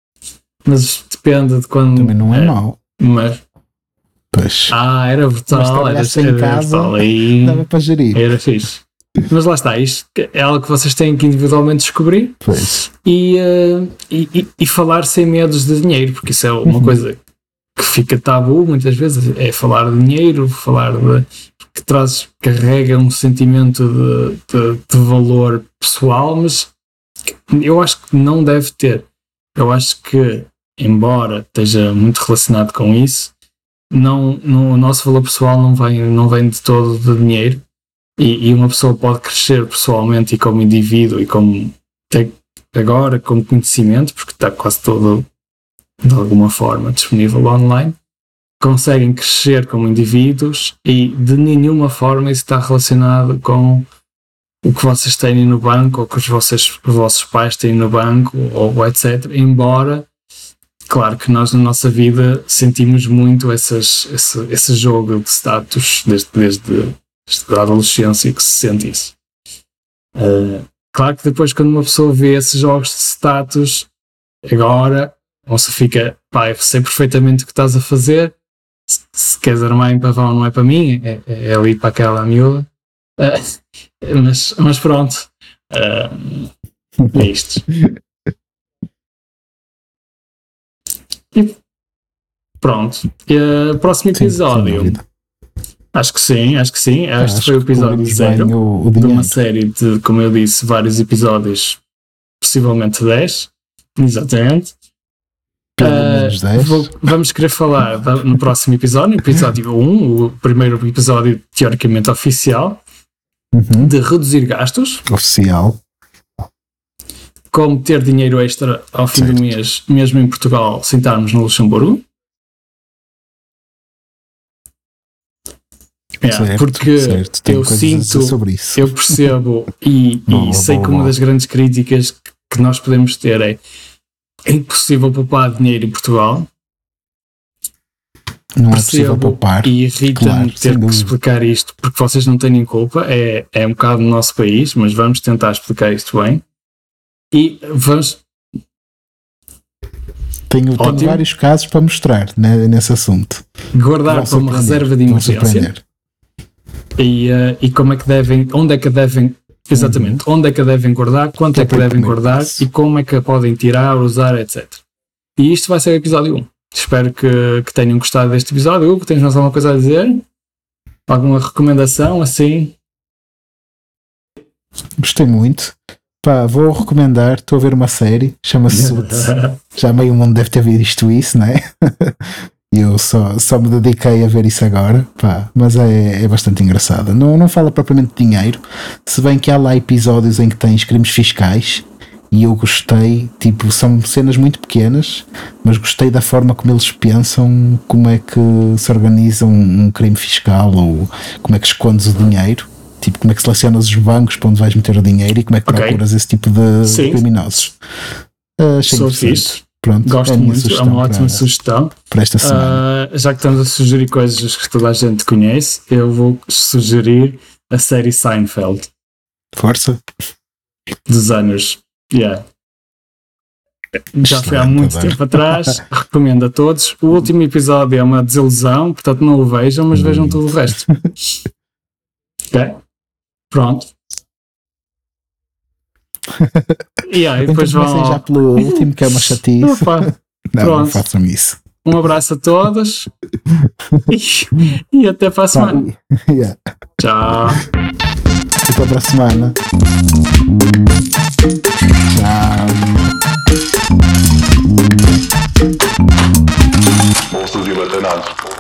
Mas depende de quando. Também não é, é mau. Mas. Pois. Ah, era brutal, era, sem era casa, brutal. Aí dava para gerir. Era fixe. Mas lá está, isto é algo que vocês têm que individualmente descobrir pois. E, uh, e, e, e falar sem medos de dinheiro, porque isso é uma uhum. coisa que fica tabu muitas vezes, é falar de dinheiro, falar de. que traz, carrega um sentimento de, de, de valor pessoal, mas eu acho que não deve ter. Eu acho que, embora esteja muito relacionado com isso, não, não, o nosso valor pessoal não vem, não vem de todo de dinheiro, e, e uma pessoa pode crescer pessoalmente e como indivíduo e como tem agora como conhecimento, porque está quase todo de alguma forma disponível online, conseguem crescer como indivíduos e de nenhuma forma isso está relacionado com o que vocês têm no banco ou que os vossos, os vossos pais têm no banco ou etcétera. Embora, claro que nós na nossa vida sentimos muito essas, esse, esse jogo de status desde, desde, desde a adolescência que se sente isso. Uh, claro que depois quando uma pessoa vê esses jogos de status agora, ou se fica, pá, eu sei perfeitamente o que estás a fazer, se, se queres armar em pavão não é para mim, é, é ali para aquela miúda. Uh, mas, mas pronto, uh, é isto. E pronto, uh, próximo episódio. Sim, acho que sim, acho que sim. Ah, este foi o episódio zero o, o de uma série de, como eu disse, vários episódios, possivelmente dez. Exatamente. Pelo menos dez. Uh, vou, vamos querer falar no próximo episódio, episódio um, o primeiro episódio teoricamente oficial, uhum. de reduzir gastos. Oficial. Como ter dinheiro extra ao fim certo. do mês, mesmo em Portugal, sem estarmos no Luxemburgo. É, certo, porque certo. eu sinto, eu percebo e, e sei que uma das grandes críticas que nós podemos ter é é impossível poupar dinheiro em Portugal. Não é possível poupar. E irrita-me claro, ter que explicar isto, porque vocês não têm culpa, é, é um bocado no nosso país, mas vamos tentar explicar isto bem. E vamos... Tenho, tenho vários casos para mostrar, né, nesse assunto. Guardar para uma reserva de emergência. E, uh, e como é que devem, onde é que devem, exatamente, uhum. onde é que devem guardar, quanto que é que devem guardar isso. E como é que a podem tirar, usar, etcétera. E isto vai ser o episódio um. Espero que, que tenham gostado deste episódio. Hugo, tens mais alguma coisa a dizer? Alguma recomendação assim? Gostei muito. Pá, vou recomendar, estou a ver uma série, chama-se Suits. Já meio mundo deve ter visto isso, não é? Eu só, só me dediquei a ver isso agora, pá, mas é, é bastante engraçada. Não, não fala propriamente de dinheiro, se bem que há lá episódios em que tens crimes fiscais e eu gostei, tipo, são cenas muito pequenas, mas gostei da forma como eles pensam, como é que se organiza um, um crime fiscal ou como é que escondes o dinheiro. Tipo, como é que selecionas os bancos para onde vais meter o dinheiro e como é que okay. procuras esse tipo de, de criminosos. Uh, Sou fixe. Pronto, gosto é muito, é uma ótima para, sugestão. Para esta semana. Uh, já que estamos a sugerir coisas que toda a gente conhece, eu vou sugerir a série Seinfeld. Força. Dos anos. Yeah. Já foi há muito tempo atrás. Recomendo a todos. O último episódio é uma desilusão, portanto não o vejam, mas vejam hum. todo o resto. Ok? Pronto. E aí, depois então, vão... já pelo último, que é uma chatice. Opa, não, não façam isso. Um abraço a todos e, e até para a semana. Ah, yeah. Tchau. Até para a semana. Tchau. Bolsas e batanados.